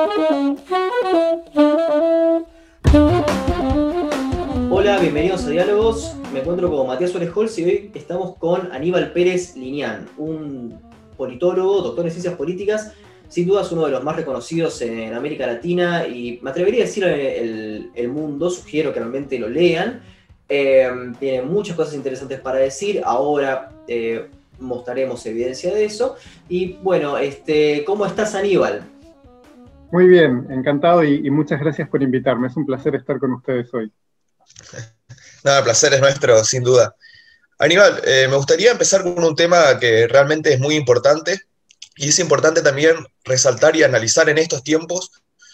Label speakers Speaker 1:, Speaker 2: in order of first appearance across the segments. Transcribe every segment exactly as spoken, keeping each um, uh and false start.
Speaker 1: Hola, bienvenidos a Diálogos. Me encuentro con Matías Suárez Holz y hoy estamos con Aníbal Pérez Linián, un politólogo, doctor en ciencias políticas, sin duda es uno de los más reconocidos en América Latina y me atrevería a decir el, el mundo, sugiero que realmente lo lean. Eh, tiene muchas cosas interesantes para decir, ahora eh, mostraremos evidencia de eso. Y bueno, este, ¿cómo estás, Aníbal?
Speaker 2: Muy bien, encantado y, y muchas gracias por invitarme. Es un placer estar con ustedes hoy.
Speaker 3: Nada, el placer es nuestro, sin duda. Aníbal, eh, me gustaría empezar con un tema que realmente es muy importante y es importante también resaltar y analizar en estos tiempos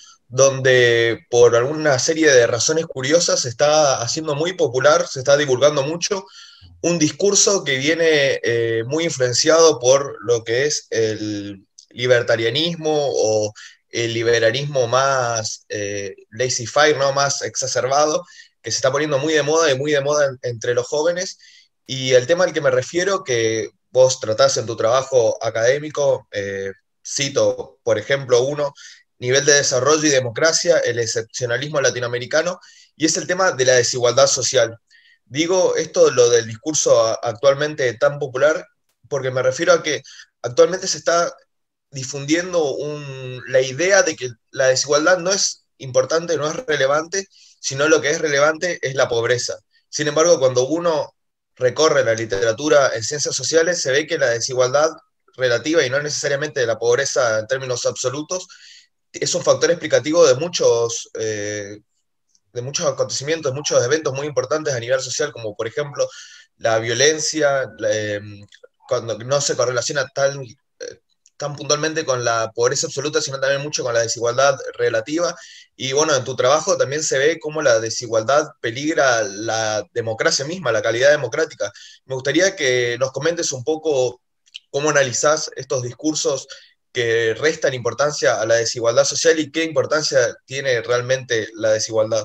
Speaker 3: donde por alguna serie de razones curiosas se está haciendo muy popular, se está divulgando mucho un discurso que viene eh, muy influenciado por lo que es el libertarianismo o el liberalismo más eh, laissez-faire, ¿no? Más exacerbado, que se está poniendo muy de moda y muy de moda en, entre los jóvenes. Y el tema al que me refiero, que vos tratás en tu trabajo académico, eh, cito, por ejemplo, uno, nivel de desarrollo y democracia, el excepcionalismo latinoamericano, y es el tema de la desigualdad social. Digo esto, lo del discurso actualmente tan popular, porque me refiero a que actualmente se está difundiendo un, la idea de que la desigualdad no es importante, no es relevante, sino lo que es relevante es la pobreza. Sin embargo, cuando uno recorre la literatura en ciencias sociales, se ve que la desigualdad relativa y no necesariamente la pobreza en términos absolutos es un factor explicativo de muchos, eh, de muchos acontecimientos, muchos eventos muy importantes a nivel social, como por ejemplo la violencia, la, eh, cuando no se correlaciona tan, eh, tan puntualmente con la pobreza absoluta, sino también mucho con la desigualdad relativa. Y bueno, en tu trabajo también se ve cómo la desigualdad peligra la democracia misma, la calidad democrática. Me gustaría que nos comentes un poco cómo analizás estos discursos que restan importancia a la desigualdad social y qué importancia tiene realmente la desigualdad.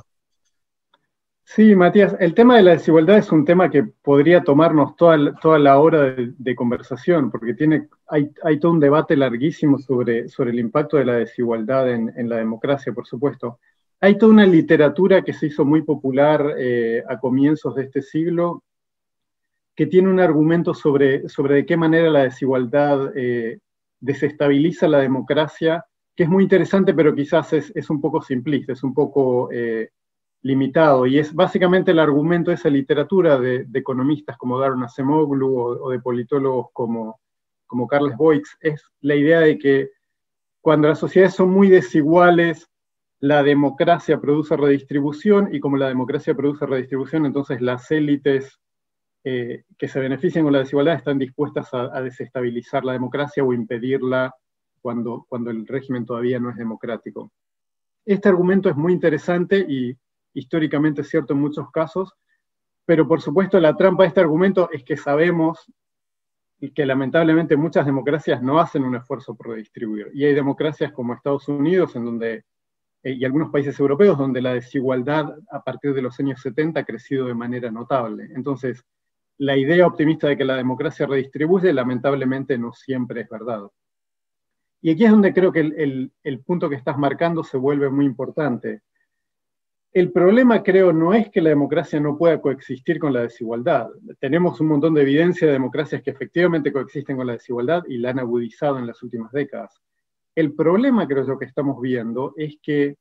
Speaker 2: Sí, Matías, el tema de la desigualdad es un tema que podría tomarnos toda, la- toda la hora de, de conversación, porque tiene, hay, hay todo un debate larguísimo sobre, sobre el impacto de la desigualdad en, en la democracia, por supuesto. Hay toda una literatura que se hizo muy popular eh, a comienzos de este siglo, que tiene un argumento sobre, sobre de qué manera la desigualdad eh, desestabiliza la democracia, que es muy interesante, pero quizás es, es un poco simplista, es un poco eh, limitado. Y es básicamente el argumento de esa literatura de, de economistas como Daron Acemoglu o, o de politólogos como, como Carles Boix, es la idea de que cuando las sociedades son muy desiguales, la democracia produce redistribución y como la democracia produce redistribución, entonces las élites eh, que se benefician con la desigualdad están dispuestas a, a desestabilizar la democracia o impedirla cuando, cuando el régimen todavía no es democrático. Este argumento es muy interesante y históricamente es cierto en muchos casos, pero por supuesto la trampa de este argumento es que sabemos que lamentablemente muchas democracias no hacen un esfuerzo por redistribuir. Y hay democracias como Estados Unidos en donde, eh, y algunos países europeos donde la desigualdad a partir de los años setenta ha crecido de manera notable. Entonces, la idea optimista de que la democracia redistribuye lamentablemente no siempre es verdad. Y aquí es donde creo que el, el, el punto que estás marcando se vuelve muy importante. El problema, creo, no es que la democracia no pueda coexistir con la desigualdad. Tenemos un montón de evidencia de democracias que efectivamente coexisten con la desigualdad y la han agudizado en las últimas décadas. El problema, creo yo, que estamos viendo es que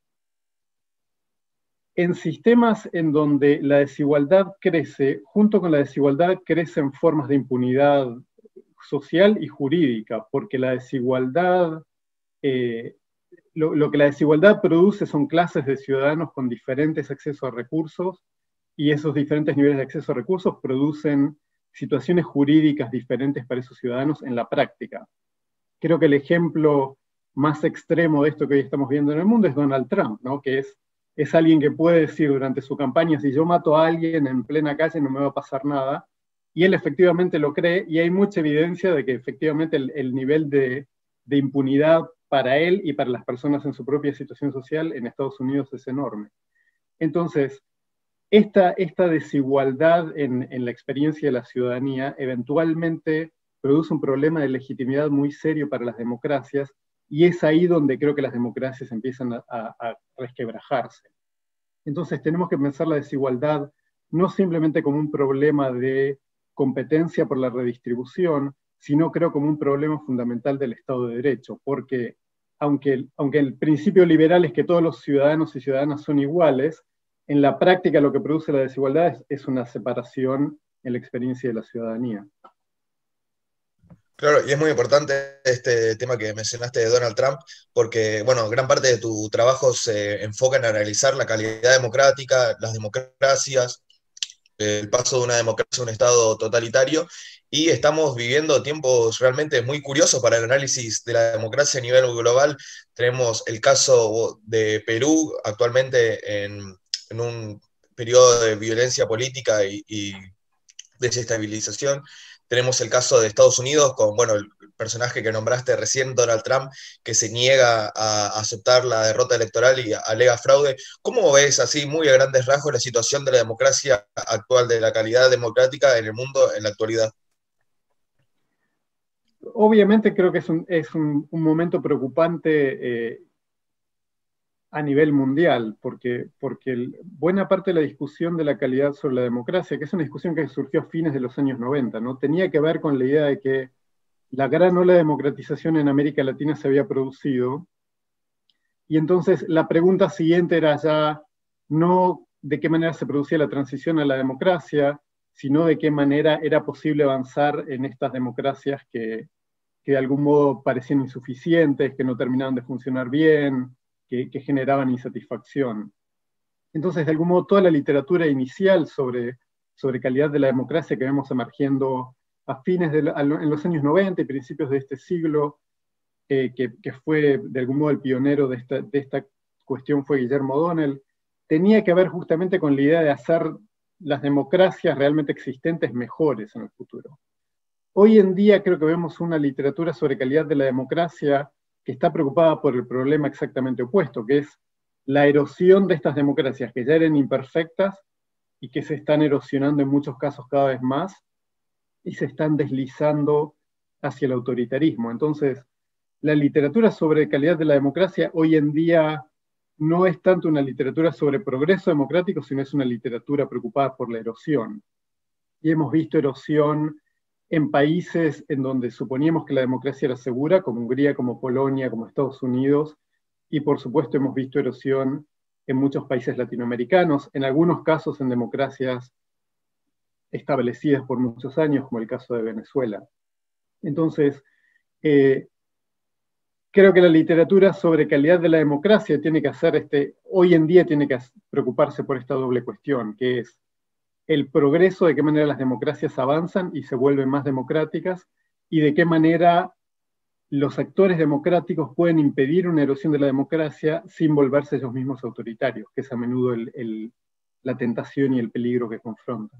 Speaker 2: en sistemas en donde la desigualdad crece, junto con la desigualdad crecen formas de impunidad social y jurídica, porque la desigualdad, eh, lo, lo que la desigualdad produce son clases de ciudadanos con diferentes accesos a recursos, y esos diferentes niveles de acceso a recursos producen situaciones jurídicas diferentes para esos ciudadanos en la práctica. Creo que el ejemplo más extremo de esto que hoy estamos viendo en el mundo es Donald Trump, ¿no? Que es es alguien que puede decir durante su campaña, si yo mato a alguien en plena calle no me va a pasar nada, y él efectivamente lo cree, y hay mucha evidencia de que efectivamente el, el nivel de, de impunidad para él y para las personas en su propia situación social en Estados Unidos es enorme. Entonces, esta, esta desigualdad en, en la experiencia de la ciudadanía eventualmente produce un problema de legitimidad muy serio para las democracias, y es ahí donde creo que las democracias empiezan a, a, a resquebrajarse. Entonces tenemos que pensar la desigualdad no simplemente como un problema de competencia por la redistribución, sino creo como un problema fundamental del Estado de Derecho, porque aunque, aunque el principio liberal es que todos los ciudadanos y ciudadanas son iguales, en la práctica lo que produce la desigualdad es, es una separación en la experiencia de la ciudadanía.
Speaker 3: Claro, y es muy importante este tema que mencionaste de Donald Trump, porque, bueno, gran parte de tu trabajo se enfoca en analizar la calidad democrática, las democracias, el paso de una democracia a un Estado totalitario, y estamos viviendo tiempos realmente muy curiosos para el análisis de la democracia a nivel global. Tenemos el caso de Perú actualmente en, en un periodo de violencia política y, y desestabilización. Tenemos el caso de Estados Unidos con, bueno, el personaje que nombraste recién, Donald Trump, que se niega a aceptar la derrota electoral y alega fraude. ¿Cómo ves, así muy a grandes rasgos, la situación de la democracia actual, de la calidad democrática en el mundo en la actualidad?
Speaker 2: Obviamente creo que es un, es un, un momento preocupante eh, a nivel mundial, porque, porque el, buena parte de la discusión de la calidad sobre la democracia, que es una discusión que surgió a fines de los años noventa, ¿no? Tenía que ver con la idea de que la gran ola de democratización en América Latina se había producido, y entonces la pregunta siguiente era ya no de qué manera se producía la transición a la democracia, sino de qué manera era posible avanzar en estas democracias que, que de algún modo parecían insuficientes, que no terminaban de funcionar bien, que, que generaban insatisfacción. Entonces, de algún modo, toda la literatura inicial sobre, sobre calidad de la democracia que vemos emergiendo a fines de la, en los años noventa y principios de este siglo, eh, que, que fue de algún modo el pionero de esta, de esta cuestión fue Guillermo O'Donnell, tenía que ver justamente con la idea de hacer las democracias realmente existentes mejores en el futuro. Hoy en día creo que vemos una literatura sobre calidad de la democracia que está preocupada por el problema exactamente opuesto, que es la erosión de estas democracias que ya eran imperfectas y que se están erosionando en muchos casos cada vez más y se están deslizando hacia el autoritarismo. Entonces, la literatura sobre calidad de la democracia hoy en día no es tanto una literatura sobre progreso democrático, sino es una literatura preocupada por la erosión. Y hemos visto erosión en países en donde suponíamos que la democracia era segura, como Hungría, como Polonia, como Estados Unidos, y por supuesto hemos visto erosión en muchos países latinoamericanos, en algunos casos en democracias establecidas por muchos años, como el caso de Venezuela. Entonces, eh, creo que la literatura sobre calidad de la democracia tiene que hacer, este, hoy en día tiene que preocuparse por esta doble cuestión, que es el progreso, de qué manera las democracias avanzan y se vuelven más democráticas, y de qué manera los actores democráticos pueden impedir una erosión de la democracia sin volverse ellos mismos autoritarios, que es a menudo el, el, la tentación y el peligro que confrontan.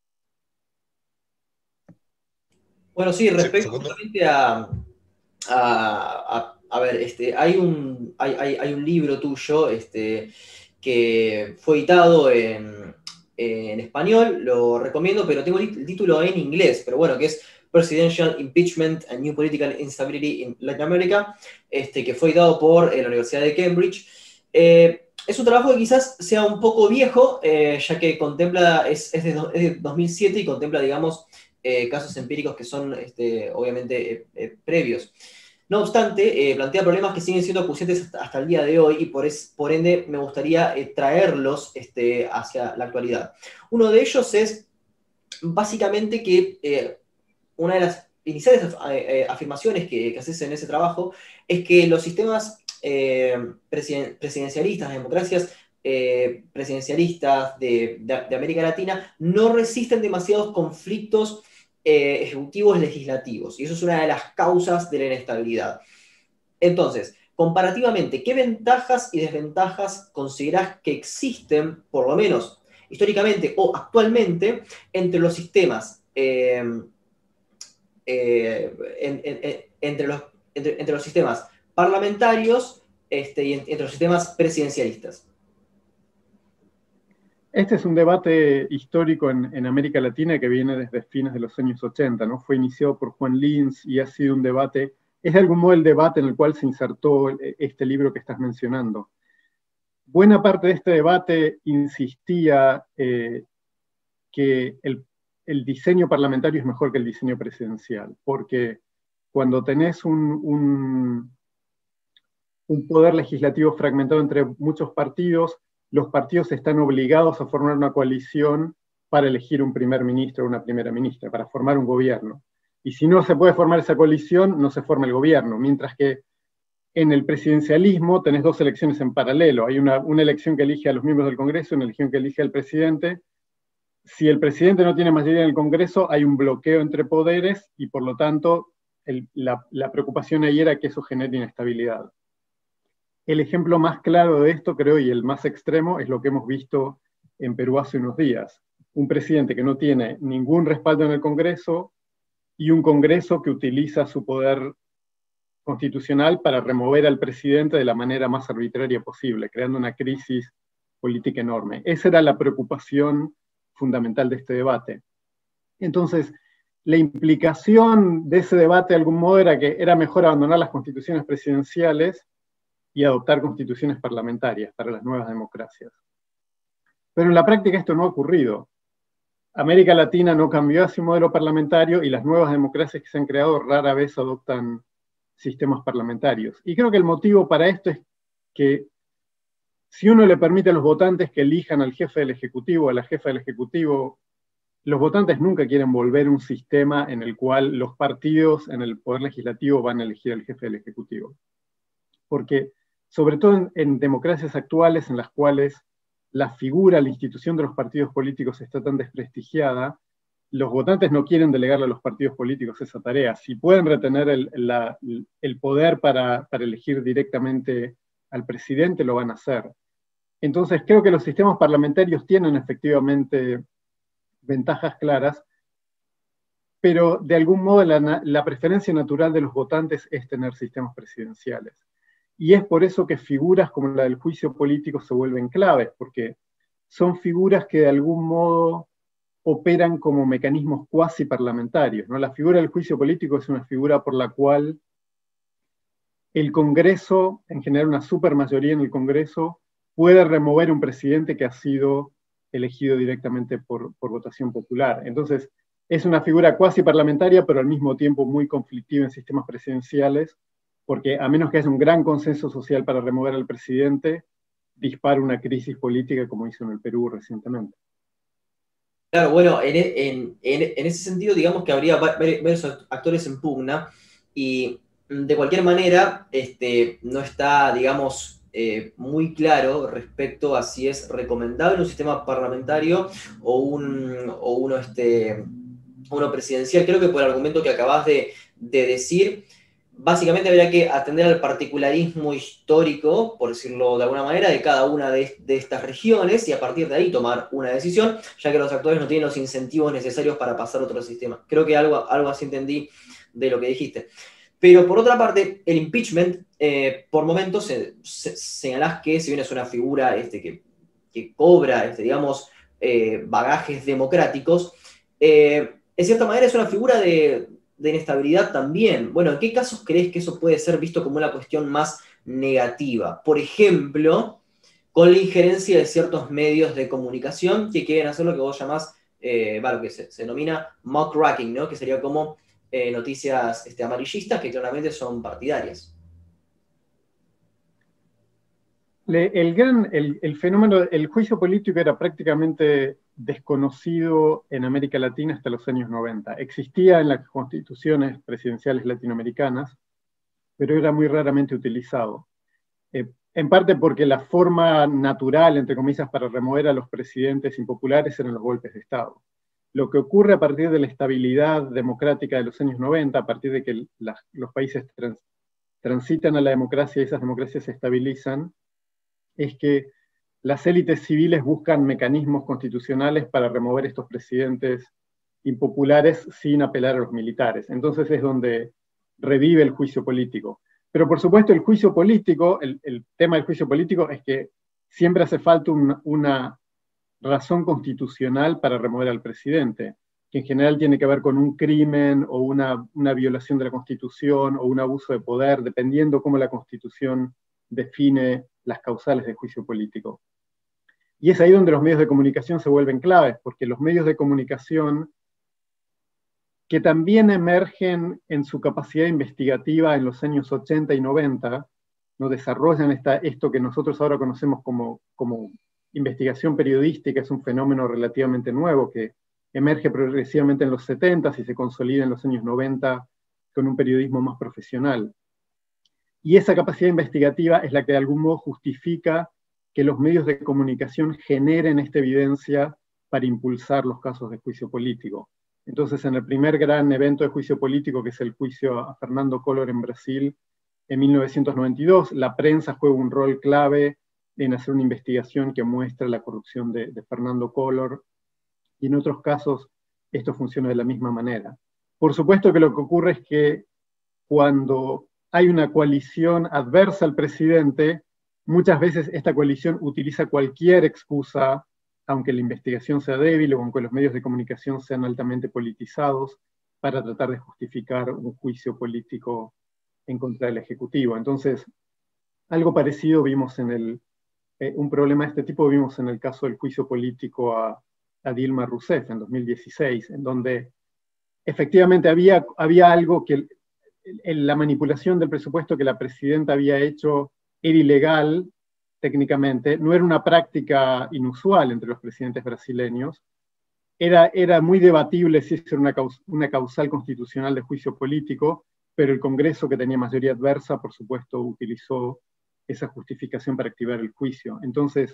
Speaker 1: Bueno, sí, respecto justamente a, a, a, a ver, este, hay, un, hay, hay, hay un libro tuyo este, que fue editado en, en español, lo recomiendo, pero tengo el título en inglés, pero bueno, que es Presidential Impeachment and New Political Instability in Latin America, este, que fue editado por eh, la Universidad de Cambridge. Eh, es un trabajo que quizás sea un poco viejo, eh, ya que contempla, es, es, de, es de dos mil siete y contempla, digamos, eh, casos empíricos que son, este, obviamente, eh, eh, previos. No obstante, eh, plantea problemas que siguen siendo acuciantes hasta, hasta el día de hoy y por, es, por ende me gustaría eh, traerlos este, hacia la actualidad. Uno de ellos es básicamente que eh, una de las iniciales eh, afirmaciones que, que haces en ese trabajo es que los sistemas eh, presiden, presidencialistas, democracias eh, presidencialistas de, de, de América Latina no resisten demasiados conflictos eh, ejecutivos legislativos, y eso es una de las causas de la inestabilidad. Entonces, comparativamente, ¿qué ventajas y desventajas considerás que existen, por lo menos históricamente o actualmente, entre los sistemas eh, eh, en, en, en, entre, los, entre, entre los sistemas parlamentarios este, y entre los sistemas presidencialistas?
Speaker 2: Este es un debate histórico en, en América Latina que viene desde fines de los años ochenta, ¿no? Fue iniciado por Juan Lins y ha sido un debate es de algún modo el debate en el cual se insertó este libro que estás mencionando. Buena parte de este debate insistía eh, que el, el diseño parlamentario es mejor que el diseño presidencial, porque cuando tenés un, un, un poder legislativo fragmentado entre muchos partidos, los partidos están obligados a formar una coalición para elegir un primer ministro o una primera ministra, para formar un gobierno. Y si no se puede formar esa coalición, no se forma el gobierno, mientras que en el presidencialismo tenés dos elecciones en paralelo. Hay una, una elección que elige a los miembros del Congreso, una elección que elige al presidente. Si el presidente no tiene mayoría en el Congreso, hay un bloqueo entre poderes y por lo tanto el, la, la preocupación ahí era que eso genere inestabilidad. El ejemplo más claro de esto, creo, y el más extremo, es lo que hemos visto en Perú hace unos días. Un presidente que no tiene ningún respaldo en el Congreso y un Congreso que utiliza su poder constitucional para remover al presidente de la manera más arbitraria posible, creando una crisis política enorme. Esa era la preocupación fundamental de este debate. Entonces, la implicación de ese debate de algún modo era que era mejor abandonar las constituciones presidenciales y adoptar constituciones parlamentarias para las nuevas democracias. Pero en la práctica esto no ha ocurrido. América Latina no cambió hacia un modelo parlamentario y las nuevas democracias que se han creado rara vez adoptan sistemas parlamentarios. Y creo que el motivo para esto es que si uno le permite a los votantes que elijan al jefe del Ejecutivo, a la jefa del Ejecutivo, los votantes nunca quieren volver a un sistema en el cual los partidos en el Poder Legislativo van a elegir al jefe del Ejecutivo. Porque, sobre todo en, en democracias actuales en las cuales la figura, la institución de los partidos políticos está tan desprestigiada, los votantes no quieren delegarle a los partidos políticos esa tarea. Si pueden retener el, la, el poder para, para elegir directamente al presidente, lo van a hacer. Entonces creo que los sistemas parlamentarios tienen efectivamente ventajas claras, pero de algún modo la, la preferencia natural de los votantes es tener sistemas presidenciales. Y es por eso que figuras como la del juicio político se vuelven claves, porque son figuras que de algún modo operan como mecanismos cuasi parlamentarios, ¿no? La figura del juicio político es una figura por la cual el Congreso, en general una supermayoría en el Congreso, puede remover un presidente que ha sido elegido directamente por, por votación popular. Entonces, es una figura cuasi parlamentaria, pero al mismo tiempo muy conflictiva en sistemas presidenciales, porque a menos que haya un gran consenso social para remover al presidente, dispara una crisis política como hizo en el Perú recientemente.
Speaker 1: Claro, bueno, en, en, en, en ese sentido, digamos que habría varios actores en pugna, y de cualquier manera, este, no está, digamos, eh, muy claro respecto a si es recomendable un sistema parlamentario o, un, o uno, este, uno presidencial. Creo que por el argumento que acabas de, de decir, básicamente habría que atender al particularismo histórico, por decirlo de alguna manera, de cada una de, de estas regiones y a partir de ahí tomar una decisión, ya que los actores no tienen los incentivos necesarios para pasar a otro sistema. Creo que algo, algo así entendí de lo que dijiste. Pero por otra parte, el impeachment, eh, por momentos se, se, señalás que si bien es una figura este, que, que cobra, este, digamos, eh, bagajes democráticos, eh, en cierta manera es una figura de... de inestabilidad también. Bueno, ¿en qué casos crees que eso puede ser visto como una cuestión más negativa? Por ejemplo, con la injerencia de ciertos medios de comunicación que quieren hacer lo que vos llamás, eh, bueno, que se, se denomina muckraking, ¿no? Que sería como eh, noticias este, amarillistas que claramente son partidarias.
Speaker 2: Le, el, gran, el, el fenómeno, el juicio político era prácticamente desconocido en América Latina hasta los años noventa. Existía en las constituciones presidenciales latinoamericanas, pero era muy raramente utilizado. Eh, en parte porque la forma natural, entre comillas, para remover a los presidentes impopulares eran los golpes de Estado. Lo que ocurre a partir de la estabilidad democrática de los años noventa, a partir de que la, los países trans, transitan a la democracia y esas democracias se estabilizan, es que las élites civiles buscan mecanismos constitucionales para remover estos presidentes impopulares sin apelar a los militares. Entonces es donde revive el juicio político. Pero por supuesto el juicio político, el, el tema del juicio político es que siempre hace falta un, una razón constitucional para remover al presidente. que en general tiene que ver con un crimen o una, una violación de la Constitución o un abuso de poder, dependiendo cómo la Constitución define las causales de juicio político. Y es ahí donde los medios de comunicación se vuelven claves, porque los medios de comunicación, que también emergen en su capacidad investigativa en los años ochenta y noventa, ¿no? Desarrollan esta, esto que nosotros ahora conocemos como, como investigación periodística, es un fenómeno relativamente nuevo que emerge progresivamente en los setenta y se consolida en los años noventa con un periodismo más profesional. Y esa capacidad investigativa es la que de algún modo justifica que los medios de comunicación generen esta evidencia para impulsar los casos de juicio político. Entonces, en el primer gran evento de juicio político, que es el juicio a Fernando Collor en Brasil, en mil novecientos noventa y dos, la prensa juega un rol clave en hacer una investigación que muestra la corrupción de, de Fernando Collor, y en otros casos esto funciona de la misma manera. Por supuesto que lo que ocurre es que cuando hay una coalición adversa al presidente, muchas veces esta coalición utiliza cualquier excusa, aunque la investigación sea débil o aunque los medios de comunicación sean altamente politizados, para tratar de justificar un juicio político en contra del Ejecutivo. Entonces, algo parecido vimos en el, eh, un problema de este tipo vimos en el caso del juicio político a, a Dilma Rousseff en dos mil dieciséis, en donde efectivamente había, había algo que el, el, la manipulación del presupuesto que la presidenta había hecho era ilegal técnicamente, no era una práctica inusual entre los presidentes brasileños, era, era muy debatible si eso era una, caus, una causal constitucional de juicio político, pero el Congreso, que tenía mayoría adversa, por supuesto, utilizó esa justificación para activar el juicio. Entonces,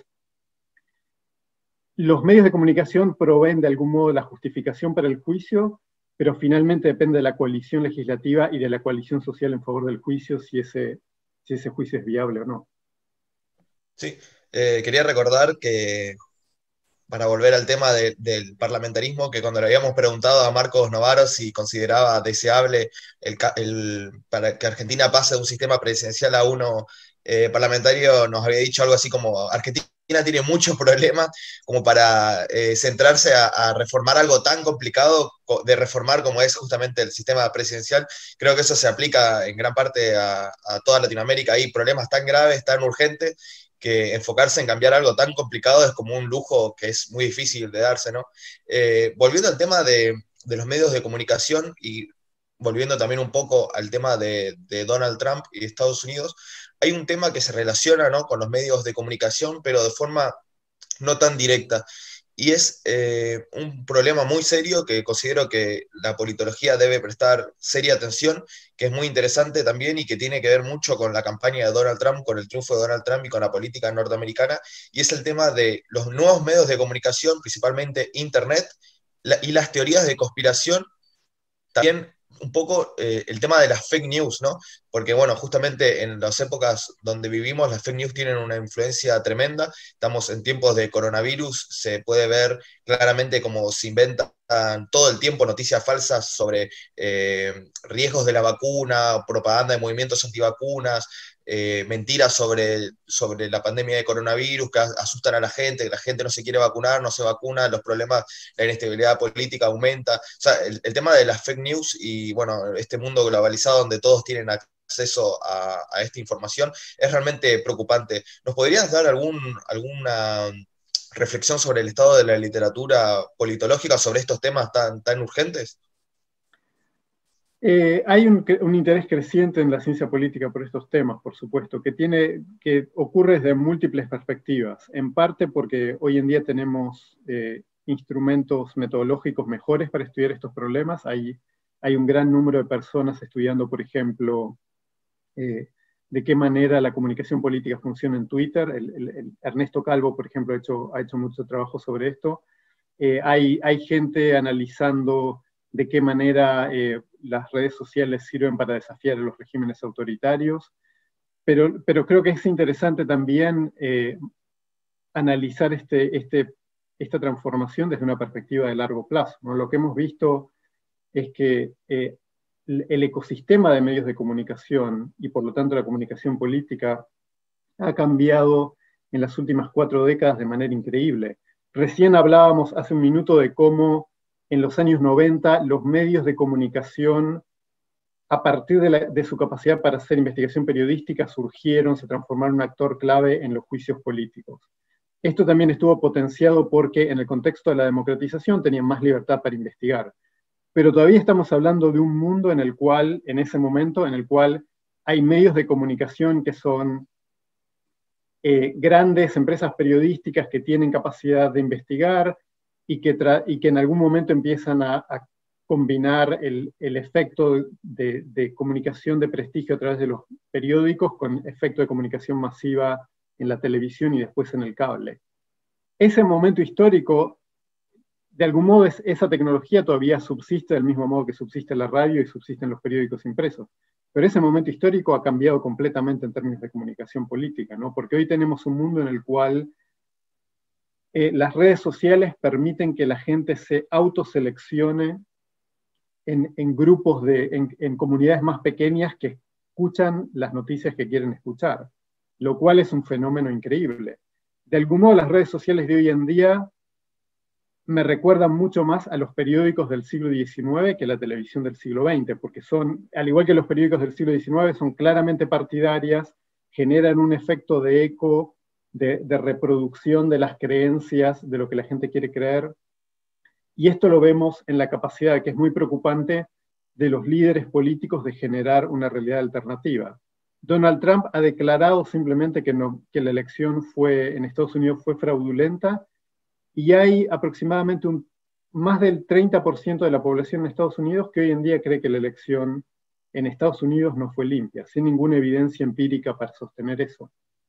Speaker 2: los medios de comunicación proveen de algún modo la justificación para el juicio, pero finalmente depende de la coalición legislativa y de la coalición social en favor del juicio si ese, si ese juicio es viable o no.
Speaker 3: Sí, eh, quería recordar que, para volver al tema de, del parlamentarismo, que cuando le habíamos preguntado a Marcos Novaro si consideraba deseable el, el, para que Argentina pase de un sistema presidencial a uno eh, parlamentario, nos había dicho algo así como: Argentina tiene muchos problemas como para eh, centrarse a, a reformar algo tan complicado de reformar como es justamente el sistema presidencial. Creo que eso se aplica en gran parte a, a toda Latinoamérica. Hay problemas tan graves, tan urgentes, que enfocarse en cambiar algo tan complicado es como un lujo que es muy difícil de darse, ¿no? Eh, volviendo al tema de, de los medios de comunicación y volviendo también un poco al tema de, de Donald Trump y Estados Unidos, hay un tema que se relaciona, ¿no?, con los medios de comunicación, pero de forma no tan directa. Y es eh, un problema muy serio que considero que la politología debe prestar seria atención, que es muy interesante también y que tiene que ver mucho con la campaña de Donald Trump, con el triunfo de Donald Trump y con la política norteamericana, y es el tema de los nuevos medios de comunicación, principalmente Internet, la, y las teorías de conspiración, también un poco eh, el tema de las fake news, ¿no? Porque, bueno, justamente en las épocas donde vivimos, las fake news tienen una influencia tremenda. Estamos en tiempos de coronavirus, se puede ver claramente cómo se inventan todo el tiempo noticias falsas sobre eh, riesgos de la vacuna, propaganda de movimientos antivacunas, eh, mentiras sobre, sobre la pandemia de coronavirus que asustan a la gente, que la gente no se quiere vacunar, no se vacuna, los problemas, la inestabilidad política aumenta. O sea, el, el tema de las fake news y, bueno, este mundo globalizado donde todos tienen acceso a, a esta información es realmente preocupante. ¿Nos podrías dar algún, alguna reflexión sobre el estado de la literatura politológica sobre estos temas tan, tan urgentes?
Speaker 2: Eh, hay un, un interés creciente en la ciencia política por estos temas, por supuesto, que, tiene, que ocurre desde múltiples perspectivas. En parte porque hoy en día tenemos eh, instrumentos metodológicos mejores para estudiar estos problemas. Hay, hay un gran número de personas estudiando, por ejemplo, eh, de qué manera la comunicación política funciona en Twitter. El, el, el Ernesto Calvo, por ejemplo, ha hecho, ha hecho mucho trabajo sobre esto. Eh, hay, hay gente analizando de qué manera eh, las redes sociales sirven para desafiar a los regímenes autoritarios, pero, pero creo que es interesante también eh, analizar este, este, esta transformación desde una perspectiva de largo plazo, ¿no? Lo que hemos visto es que eh, el ecosistema de medios de comunicación, y por lo tanto la comunicación política, ha cambiado en las últimas cuatro décadas de manera increíble. Recién hablábamos hace un minuto de cómo en los años noventa, los medios de comunicación, a partir de, la, de su capacidad para hacer investigación periodística, surgieron, se transformaron en un actor clave en los juicios políticos. Esto también estuvo potenciado porque en el contexto de la democratización tenían más libertad para investigar. Pero todavía estamos hablando de un mundo en el cual, en ese momento, en el cual hay medios de comunicación que son eh, grandes empresas periodísticas que tienen capacidad de investigar y que, y que en algún momento empiezan a, a combinar el, el efecto de, de comunicación de prestigio a través de los periódicos con efecto de comunicación masiva en la televisión y después en el cable. Ese momento histórico, de algún modo, es, esa tecnología todavía subsiste del mismo modo que subsiste la radio y subsisten los periódicos impresos. Pero ese momento histórico ha cambiado completamente en términos de comunicación política, ¿no? Porque hoy tenemos un mundo en el cual eh, las redes sociales permiten que la gente se autoseleccione en, en grupos, de, en, en comunidades más pequeñas que escuchan las noticias que quieren escuchar, lo cual es un fenómeno increíble. De algún modo, las redes sociales de hoy en día me recuerdan mucho más a los periódicos del siglo diecinueve que a la televisión del siglo veinte, porque son, al igual que los periódicos del siglo diecinueve, son claramente partidarias, generan un efecto de eco, de, de reproducción de las creencias, de lo que la gente quiere creer, y esto lo vemos en la capacidad, que es muy preocupante, de los líderes políticos de generar una realidad alternativa. Donald Trump ha declarado simplemente que, no, que la elección fue, en Estados Unidos fue fraudulenta, y hay aproximadamente un, más del treinta por ciento de la población en Estados Unidos que hoy en día cree que la elección en Estados Unidos no fue limpia, sin ninguna evidencia empírica para sostener eso.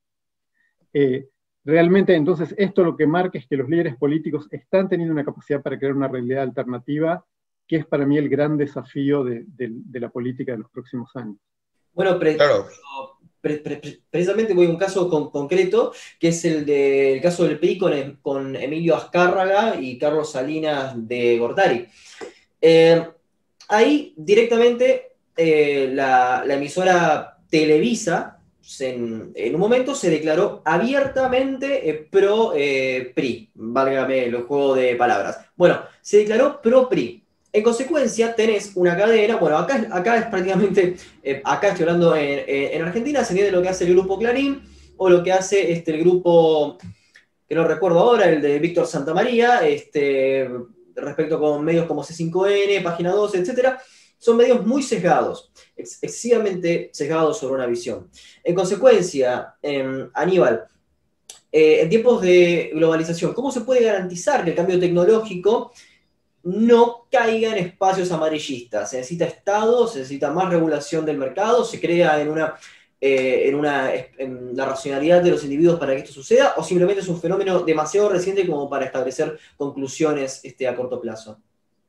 Speaker 2: Eh, realmente, entonces, esto lo que marca es que los líderes políticos están teniendo una capacidad para crear una realidad alternativa, que es para mí el gran desafío de, de, de la política de los próximos años.
Speaker 1: Bueno, pre claro. pre pre pre precisamente voy a un caso con concreto, que es el del caso del P R I con, con Emilio Azcárraga y Carlos Salinas de Gortari. Eh, ahí directamente eh, la, la emisora Televisa, en, en un momento se declaró abiertamente eh, pro eh, P R I, válgame el juego de palabras. Bueno, se declaró pro P R I. En consecuencia, tenés una cadena, bueno, acá, acá es prácticamente, eh, acá estoy hablando en, en Argentina, se entiende lo que hace el grupo Clarín, o lo que hace este, el grupo, que no recuerdo ahora, el de Víctor Santamaría, este, respecto con medios como C cinco N, Página doce, etcétera. Son medios muy sesgados, ex excesivamente sesgados sobre una visión. En consecuencia, eh, Aníbal, eh, en tiempos de globalización, ¿cómo se puede garantizar que el cambio tecnológico no caiga en espacios amarillistas? Se necesita Estado, se necesita más regulación del mercado, se crea en, una, eh, en, una, en la racionalidad de los individuos para que esto suceda, o simplemente es un fenómeno demasiado reciente como para establecer conclusiones este, a corto plazo.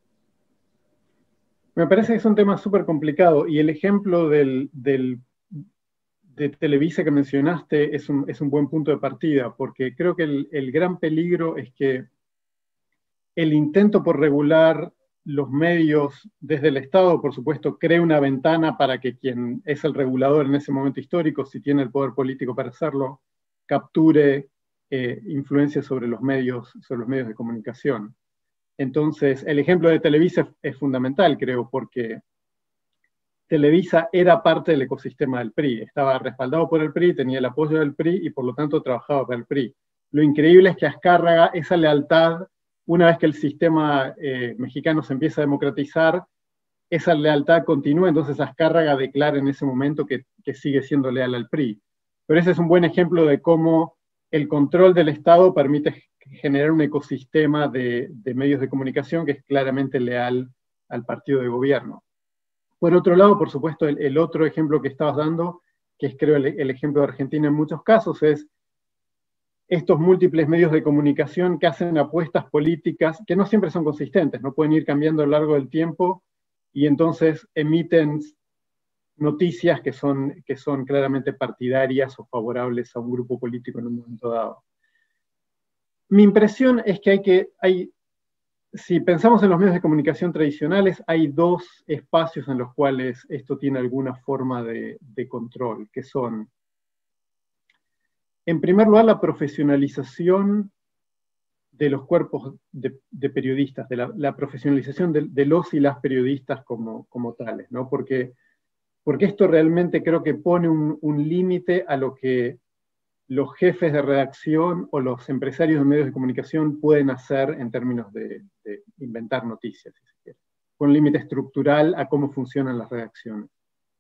Speaker 2: Me parece que es un tema súper complicado, y el ejemplo del, del, de Televisa que mencionaste es un, es un buen punto de partida, porque creo que el, el gran peligro es que el intento por regular los medios desde el Estado, por supuesto, crea una ventana para que quien es el regulador en ese momento histórico, si tiene el poder político para hacerlo, capture eh, influencia sobre los medios, sobre los medios de comunicación. Entonces, el ejemplo de Televisa es, es fundamental, creo, porque Televisa era parte del ecosistema del P R I, estaba respaldado por el P R I, tenía el apoyo del P R I y por lo tanto trabajaba para el P R I. Lo increíble es que Azcárraga, esa lealtad, una vez que el sistema eh, mexicano se empieza a democratizar, esa lealtad continúa, entonces Azcárraga declara en ese momento que, que sigue siendo leal al P R I. Pero ese es un buen ejemplo de cómo el control del Estado permite generar un ecosistema de, de medios de comunicación que es claramente leal al partido de gobierno. Por otro lado, por supuesto, el, el otro ejemplo que estabas dando, que es creo el, el ejemplo de Argentina en muchos casos, es estos múltiples medios de comunicación que hacen apuestas políticas que no siempre son consistentes, no pueden ir cambiando a lo largo del tiempo, y entonces emiten noticias que son, que son claramente partidarias o favorables a un grupo político en un momento dado. Mi impresión es que hay que, hay, si pensamos en los medios de comunicación tradicionales, hay dos espacios en los cuales esto tiene alguna forma de, de control, que son, en primer lugar, la profesionalización de los cuerpos de, de periodistas, de la, la profesionalización de, de los y las periodistas como, como tales, ¿no? Porque, porque esto realmente creo que pone un, un límite a lo que los jefes de redacción o los empresarios de medios de comunicación pueden hacer en términos de, de inventar noticias, si se quiere. Con un límite estructural a cómo funcionan las redacciones.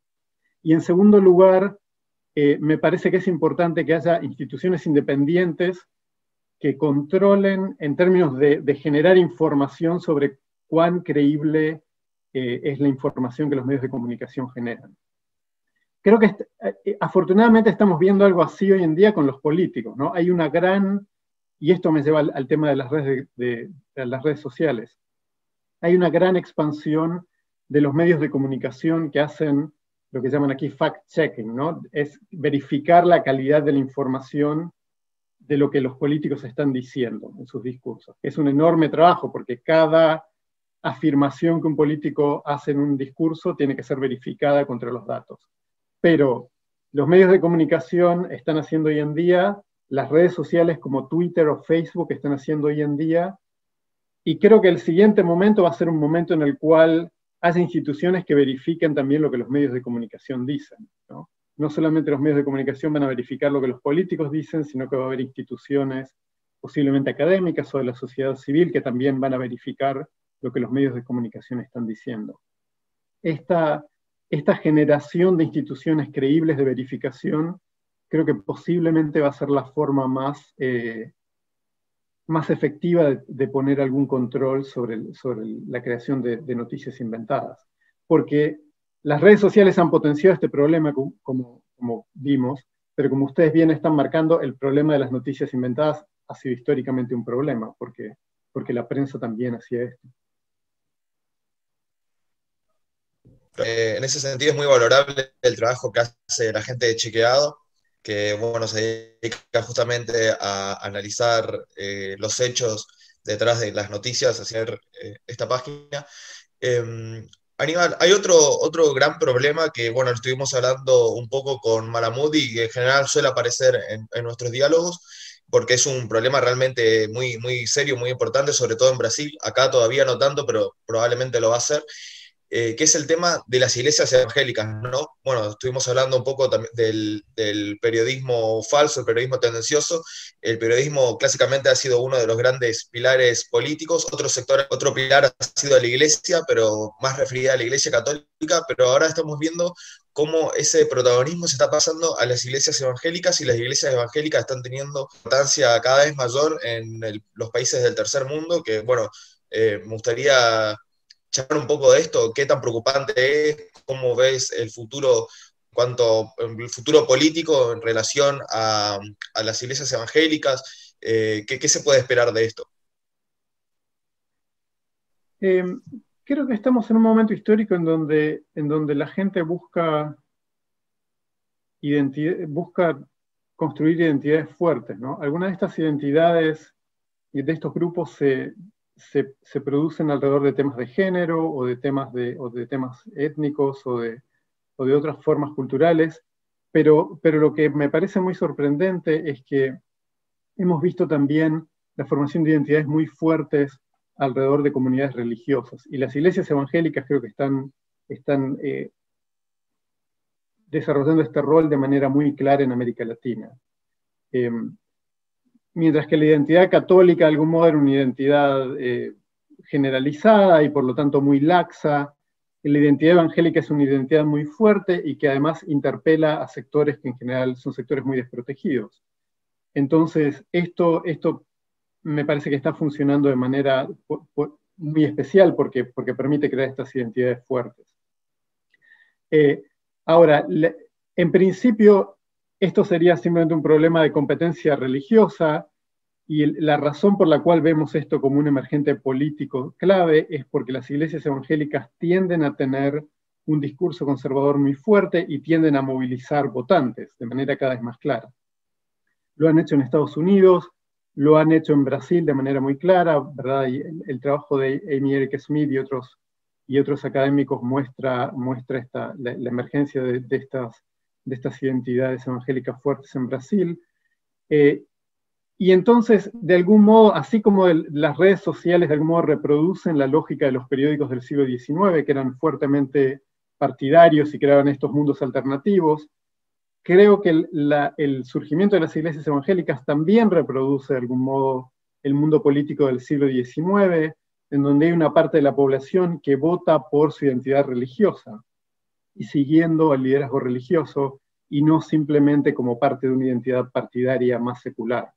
Speaker 2: Y en segundo lugar, eh, me parece que es importante que haya instituciones independientes que controlen en términos de, de generar información sobre cuán creíble eh, es la información que los medios de comunicación generan. Creo que eh, afortunadamente estamos viendo algo así hoy en día con los políticos, ¿no? Hay una gran, y esto me lleva al, al tema de las redes, de, de, de las redes sociales, hay una gran expansión de los medios de comunicación que hacen lo que llaman aquí fact-checking, ¿no? Es verificar la calidad de la información de lo que los políticos están diciendo en sus discursos. Es un enorme trabajo porque cada afirmación que un político hace en un discurso tiene que ser verificada contra los datos. Pero los medios de comunicación están haciendo hoy en día, las redes sociales como Twitter o Facebook están haciendo hoy en día, y creo que el siguiente momento va a ser un momento en el cual haya instituciones que verifiquen también lo que los medios de comunicación dicen, ¿no? No solamente los medios de comunicación van a verificar lo que los políticos dicen, sino que va a haber instituciones posiblemente académicas o de la sociedad civil que también van a verificar lo que los medios de comunicación están diciendo. Esta, esta generación de instituciones creíbles de verificación creo que posiblemente va a ser la forma más, eh, más efectiva de, de poner algún control sobre, el, sobre el, la creación de, de noticias inventadas. Porque las redes sociales han potenciado este problema, como, como vimos, pero como ustedes bien están marcando, el problema de las noticias inventadas ha sido históricamente un problema, porque, porque la prensa también hacía esto.
Speaker 3: Eh, en ese sentido es muy valorable el trabajo que hace la gente de Chequeado, que bueno, se dedica justamente a analizar eh, los hechos detrás de las noticias, hacer eh, esta página. Eh, Aníbal, hay otro, otro gran problema que, bueno, estuvimos hablando un poco con Malamud y que en general suele aparecer en, en nuestros diálogos, porque es un problema realmente muy, muy serio, muy importante, sobre todo en Brasil. Acá todavía no tanto, pero probablemente lo va a ser. Eh, que es el tema de las iglesias evangélicas, ¿no? Bueno, estuvimos hablando un poco también del, del periodismo falso, el periodismo tendencioso. El periodismo clásicamente ha sido uno de los grandes pilares políticos. Otro sector, otro pilar ha sido la iglesia, pero más referida a la iglesia católica, pero ahora estamos viendo cómo ese protagonismo se está pasando a las iglesias evangélicas y las iglesias evangélicas están teniendo importancia cada vez mayor en el, los países del tercer mundo, que, bueno, eh, me gustaría charlar un poco de esto, qué tan preocupante es, cómo ves el futuro, cuanto el futuro político en relación a, a las iglesias evangélicas, eh, ¿qué, qué se puede esperar de esto?
Speaker 2: Eh, creo que estamos en un momento histórico en donde, en donde la gente busca, busca construir identidades fuertes, ¿no? Algunas de estas identidades y de estos grupos se Se, se producen alrededor de temas de género o de temas, de, o de temas étnicos o de, o de otras formas culturales, pero, pero lo que me parece muy sorprendente es que hemos visto también la formación de identidades muy fuertes alrededor de comunidades religiosas, y las iglesias evangélicas creo que están, están eh, desarrollando este rol de manera muy clara en América Latina. Eh, Mientras que la identidad católica de algún modo era una identidad eh, generalizada y por lo tanto muy laxa, la identidad evangélica es una identidad muy fuerte y que además interpela a sectores que en general son sectores muy desprotegidos. Entonces, esto, esto me parece que está funcionando de manera muy especial porque, porque permite crear estas identidades fuertes. Eh, ahora, le, en principio, esto sería simplemente un problema de competencia religiosa, y el, la razón por la cual vemos esto como un emergente político clave es porque las iglesias evangélicas tienden a tener un discurso conservador muy fuerte y tienden a movilizar votantes de manera cada vez más clara. Lo han hecho en Estados Unidos, lo han hecho en Brasil de manera muy clara, ¿verdad? Y el, el trabajo de Amy Eric Smith y otros, y otros académicos muestra, muestra esta, la, la emergencia de, de estas de estas identidades evangélicas fuertes en Brasil. Eh, y entonces, de algún modo, así como el, las redes sociales de algún modo reproducen la lógica de los periódicos del siglo diecinueve, que eran fuertemente partidarios y creaban estos mundos alternativos, creo que el, la, el surgimiento de las iglesias evangélicas también reproduce de algún modo el mundo político del siglo diecinueve, en donde hay una parte de la población que vota por su identidad religiosa y siguiendo al liderazgo religioso y no simplemente como parte de una identidad partidaria más secular.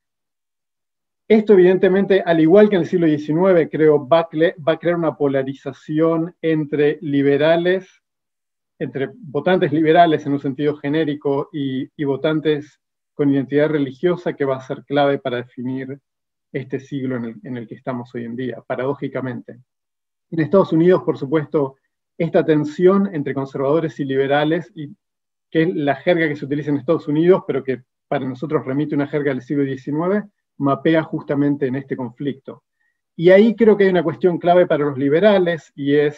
Speaker 2: Esto evidentemente, al igual que en el siglo diecinueve, creo, va a, va a crear una polarización entre liberales, entre votantes liberales en un sentido genérico y, y votantes con identidad religiosa, que va a ser clave para definir este siglo en el, en el que estamos hoy en día, paradójicamente. En Estados Unidos, por supuesto, esta tensión entre conservadores y liberales, y, que es la jerga que se utiliza en Estados Unidos, pero que para nosotros remite a una jerga del siglo diecinueve, mapea justamente en este conflicto. Y ahí creo que hay una cuestión clave para los liberales, y es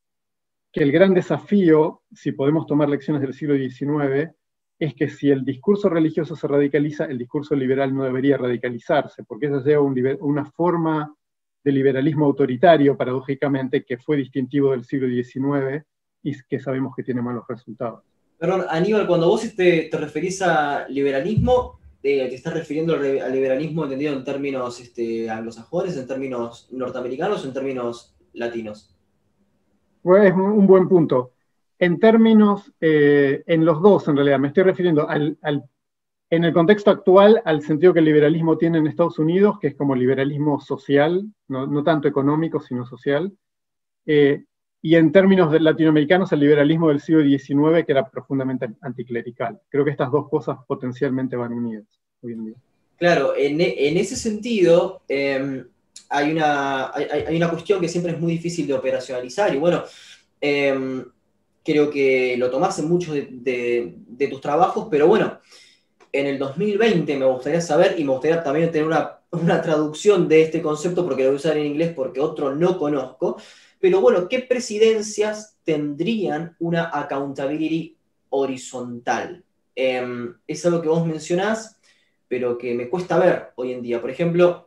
Speaker 2: que el gran desafío, si podemos tomar lecciones del siglo diecinueve, es que si el discurso religioso se radicaliza, el discurso liberal no debería radicalizarse, porque eso lleva un una forma de liberalismo autoritario, paradójicamente, que fue distintivo del siglo diecinueve y que sabemos que tiene malos resultados.
Speaker 1: Perdón, Aníbal, cuando vos te, te referís a liberalismo, eh, ¿te estás refiriendo al liberalismo entendido en términos este, anglosajones, en términos norteamericanos o en términos latinos?
Speaker 2: Bueno, es un buen punto. En términos, eh, en los dos en realidad, me estoy refiriendo al, al, en el contexto actual al sentido que el liberalismo tiene en Estados Unidos, que es como liberalismo social, no, no tanto económico, sino social, eh, y en términos de latinoamericanos, el liberalismo del siglo diecinueve, que era profundamente anticlerical. Creo que estas dos cosas potencialmente van unidas hoy en día.
Speaker 1: Claro, en, en ese sentido, eh, hay, una, hay, hay una cuestión que siempre es muy difícil de operacionalizar, y bueno, eh, creo que lo tomás en muchos de, de, de tus trabajos, pero bueno, en el dos mil veinte me gustaría saber, y me gustaría también tener una, una traducción de este concepto, porque lo voy a usar en inglés porque otro no conozco, pero bueno, ¿qué presidencias tendrían una accountability horizontal? Eh, es algo que vos mencionás, pero que me cuesta ver hoy en día. Por ejemplo,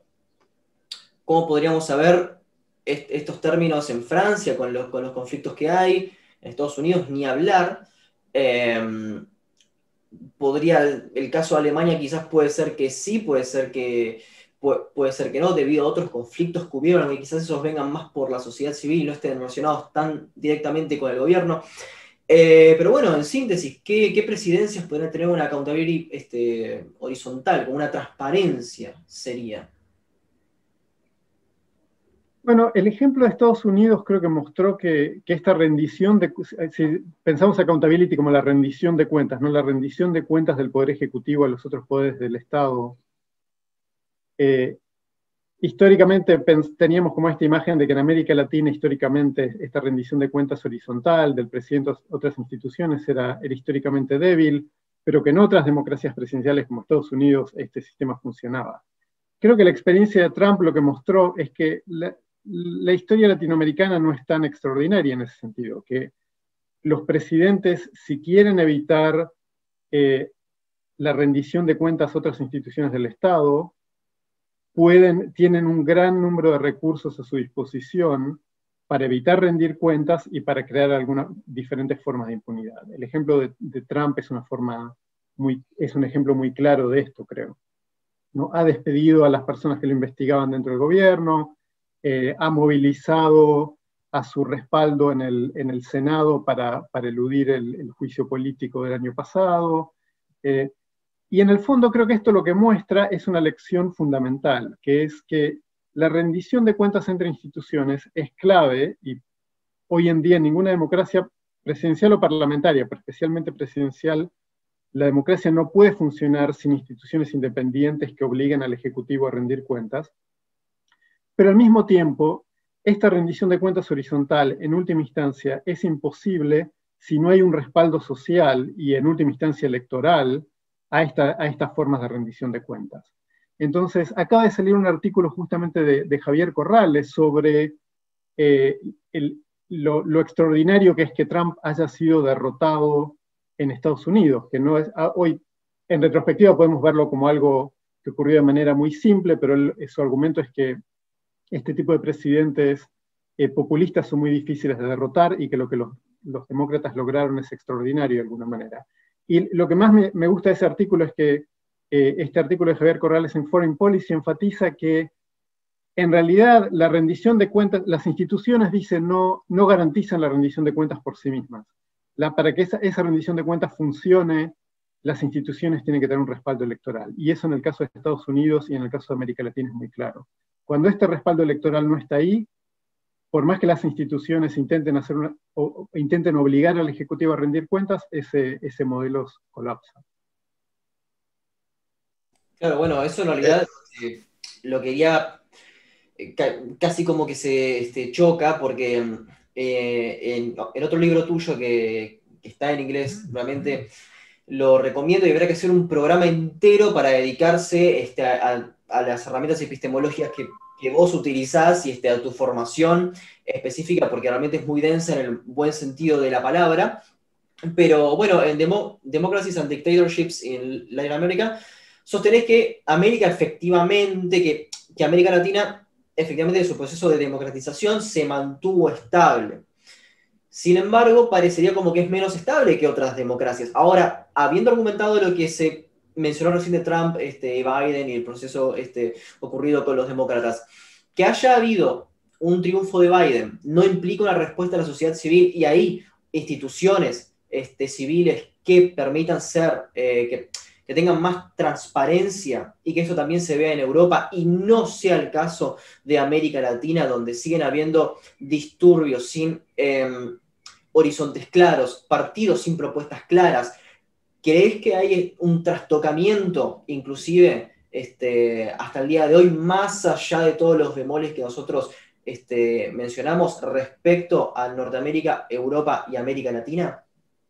Speaker 1: ¿cómo podríamos saber est estos términos en Francia con los, con los conflictos que hay? En Estados Unidos ni hablar. Eh, podría, el caso de Alemania quizás puede ser que sí, puede ser que, puede, puede ser que no, debido a otros conflictos que hubieron, aunque quizás esos vengan más por la sociedad civil y no estén relacionados tan directamente con el gobierno. Eh, pero bueno, en síntesis, ¿qué, qué presidencias podrían tener una accountability este, horizontal, con una transparencia sería?
Speaker 2: Bueno, el ejemplo de Estados Unidos creo que mostró que, que esta rendición, de, si pensamos accountability como la rendición de cuentas, ¿no? La rendición de cuentas del Poder Ejecutivo a los otros poderes del Estado. Eh, históricamente teníamos como esta imagen de que en América Latina históricamente esta rendición de cuentas horizontal del presidente a otras instituciones era, era históricamente débil, pero que en otras democracias presidenciales como Estados Unidos este sistema funcionaba. Creo que la experiencia de Trump lo que mostró es que la, la historia latinoamericana no es tan extraordinaria en ese sentido, que los presidentes, si quieren evitar eh, la rendición de cuentas a otras instituciones del Estado, pueden, tienen un gran número de recursos a su disposición para evitar rendir cuentas y para crear algunas diferentes formas de impunidad. El ejemplo de, de Trump es, una forma muy, es un ejemplo muy claro de esto, creo. ¿No? Ha despedido a las personas que lo investigaban dentro del gobierno, eh, ha movilizado a su respaldo en el, en el Senado para, para eludir el, el juicio político del año pasado. Eh, y en el fondo creo que esto lo que muestra es una lección fundamental, que es que la rendición de cuentas entre instituciones es clave, y hoy en día en ninguna democracia presidencial o parlamentaria, pero especialmente presidencial, la democracia no puede funcionar sin instituciones independientes que obliguen al Ejecutivo a rendir cuentas. Pero al mismo tiempo, esta rendición de cuentas horizontal, en última instancia, es imposible si no hay un respaldo social y en última instancia electoral a, esta, a estas formas de rendición de cuentas. Entonces, acaba de salir un artículo justamente de, de Javier Corrales sobre eh, el, lo, lo extraordinario que es que Trump haya sido derrotado en Estados Unidos, que no es, hoy en retrospectiva podemos verlo como algo que ocurrió de manera muy simple, pero él, su argumento es que este tipo de presidentes eh, populistas son muy difíciles de derrotar y que lo que los, los demócratas lograron es extraordinario de alguna manera. Y lo que más me, me gusta de ese artículo es que eh, este artículo de Javier Corrales en Foreign Policy enfatiza que en realidad la rendición de cuentas, las instituciones, dicen, no, no garantizan la rendición de cuentas por sí mismas. La, para que esa, esa rendición de cuentas funcione, las instituciones tienen que tener un respaldo electoral. Y eso en el caso de Estados Unidos y en el caso de América Latina es muy claro. Cuando este respaldo electoral no está ahí, por más que las instituciones intenten, hacer una, o, o intenten obligar al Ejecutivo a rendir cuentas, ese, ese modelo colapsa.
Speaker 1: Claro, bueno, eso en realidad eh, lo quería eh, ca casi como que se este, choca, porque eh, en, en otro libro tuyo que, que está en inglés, realmente lo recomiendo y habrá que hacer un programa entero para dedicarse este, a, a las herramientas epistemológicas que, que vos utilizás y este, a tu formación específica, porque realmente es muy densa en el buen sentido de la palabra. Pero bueno, en Demo Democracies and Dictatorships in Latin America, sostenés que América efectivamente, que, que América Latina, efectivamente, su proceso de democratización se mantuvo estable. Sin embargo, parecería como que es menos estable que otras democracias. Ahora, habiendo argumentado lo que se mencionó recién de Trump, este, Biden y el proceso este, ocurrido con los demócratas, que haya habido un triunfo de Biden no implica una respuesta de la sociedad civil, y ahí instituciones este, civiles que permitan ser, eh, que, que tengan más transparencia, y que eso también se vea en Europa y no sea el caso de América Latina, donde siguen habiendo disturbios sin eh, horizontes claros, partidos sin propuestas claras. ¿Crees que hay un trastocamiento, inclusive este, hasta el día de hoy, más allá de todos los bemoles que nosotros este, mencionamos respecto a Norteamérica, Europa y América Latina?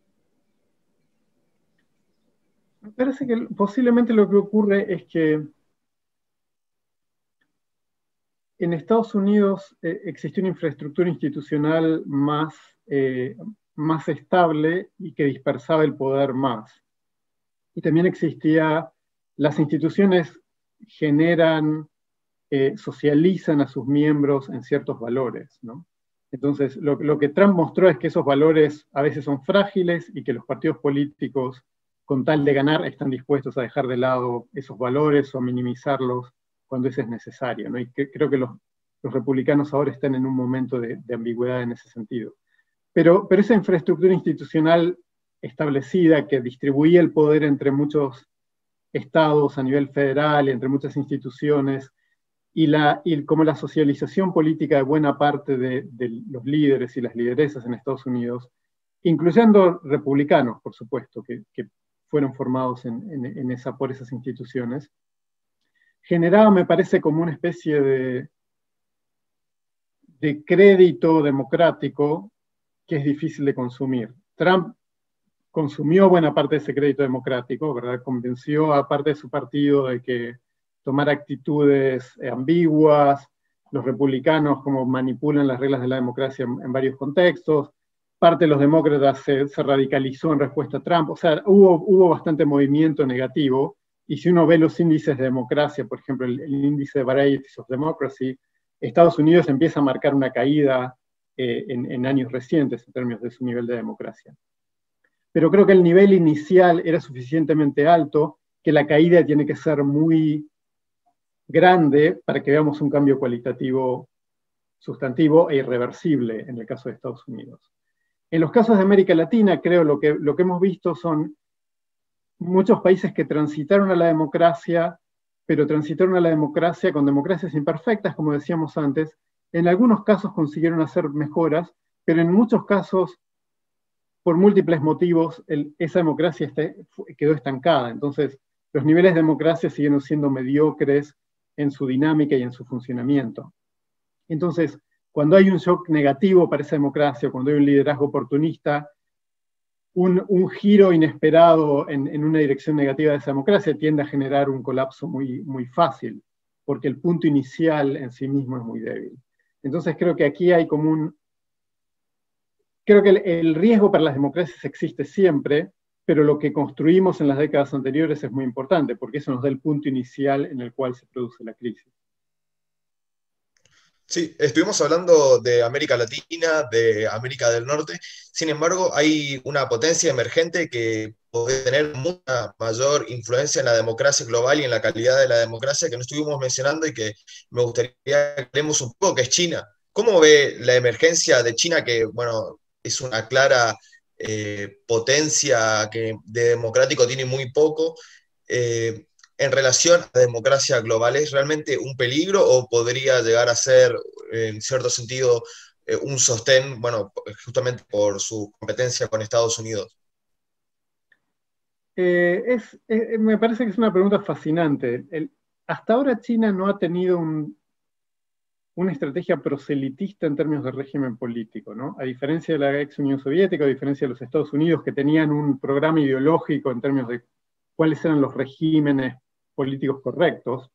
Speaker 2: Me parece que posiblemente lo que ocurre es que en Estados Unidos eh, existe una infraestructura institucional más, eh, más estable y que dispersaba el poder más. Y también existía, las instituciones generan, eh, socializan a sus miembros en ciertos valores, ¿no? Entonces, lo, lo que Trump mostró es que esos valores a veces son frágiles y que los partidos políticos, con tal de ganar, están dispuestos a dejar de lado esos valores o a minimizarlos cuando eso es necesario, ¿no? Y que, creo que los, los republicanos ahora están en un momento de, de ambigüedad en ese sentido. Pero, pero esa infraestructura institucional establecida que distribuía el poder entre muchos estados a nivel federal, entre muchas instituciones, y, la, y como la socialización política de buena parte de, de los líderes y las lideresas en Estados Unidos, incluyendo republicanos, por supuesto, que, que fueron formados en, en, en esa, por esas instituciones, generaba, me parece, como una especie de, de crédito democrático que es difícil de consumir. Trump consumió buena parte de ese crédito democrático, ¿verdad? Convenció a parte de su partido de que tomar actitudes ambiguas, los republicanos como manipulan las reglas de la democracia en, en varios contextos, parte de los demócratas se, se radicalizó en respuesta a Trump, o sea, hubo, hubo bastante movimiento negativo, y si uno ve los índices de democracia, por ejemplo, el, el índice de Varieties of Democracy, Estados Unidos empieza a marcar una caída eh, en, en años recientes en términos de su nivel de democracia. Pero creo que el nivel inicial era suficientemente alto, que la caída tiene que ser muy grande para que veamos un cambio cualitativo sustantivo e irreversible en el caso de Estados Unidos. En los casos de América Latina, creo lo que, lo que hemos visto son muchos países que transitaron a la democracia, pero transitaron a la democracia con democracias imperfectas, como decíamos antes. En algunos casos consiguieron hacer mejoras, pero en muchos casos, por múltiples motivos, el, esa democracia este, quedó estancada. Entonces, los niveles de democracia siguen siendo mediocres en su dinámica y en su funcionamiento. Entonces, cuando hay un shock negativo para esa democracia, cuando hay un liderazgo oportunista, un, un giro inesperado en, en una dirección negativa de esa democracia tiende a generar un colapso muy, muy fácil, porque el punto inicial en sí mismo es muy débil. Entonces creo que aquí hay como un... Creo que el, el riesgo para las democracias existe siempre, pero lo que construimos en las décadas anteriores es muy importante, porque eso nos da el punto inicial en el cual se produce la crisis.
Speaker 3: Sí, estuvimos hablando de América Latina, de América del Norte. Sin embargo, hay una potencia emergente que puede tener mucha mayor influencia en la democracia global y en la calidad de la democracia que no estuvimos mencionando y que me gustaría que hablemos un poco, que es China. ¿Cómo ve la emergencia de China, que, bueno, es una clara eh, potencia que de democrático tiene muy poco? Eh, en relación a la democracia global, ¿es realmente un peligro o podría llegar a ser, en cierto sentido, eh, un sostén, bueno, justamente por su competencia con Estados Unidos?
Speaker 2: Eh, es, eh, me parece que es una pregunta fascinante. El, hasta ahora China no ha tenido un, una estrategia proselitista en términos de régimen político, ¿no? A diferencia de la ex Unión Soviética, a diferencia de los Estados Unidos, que tenían un programa ideológico en términos de cuáles eran los regímenes políticos correctos,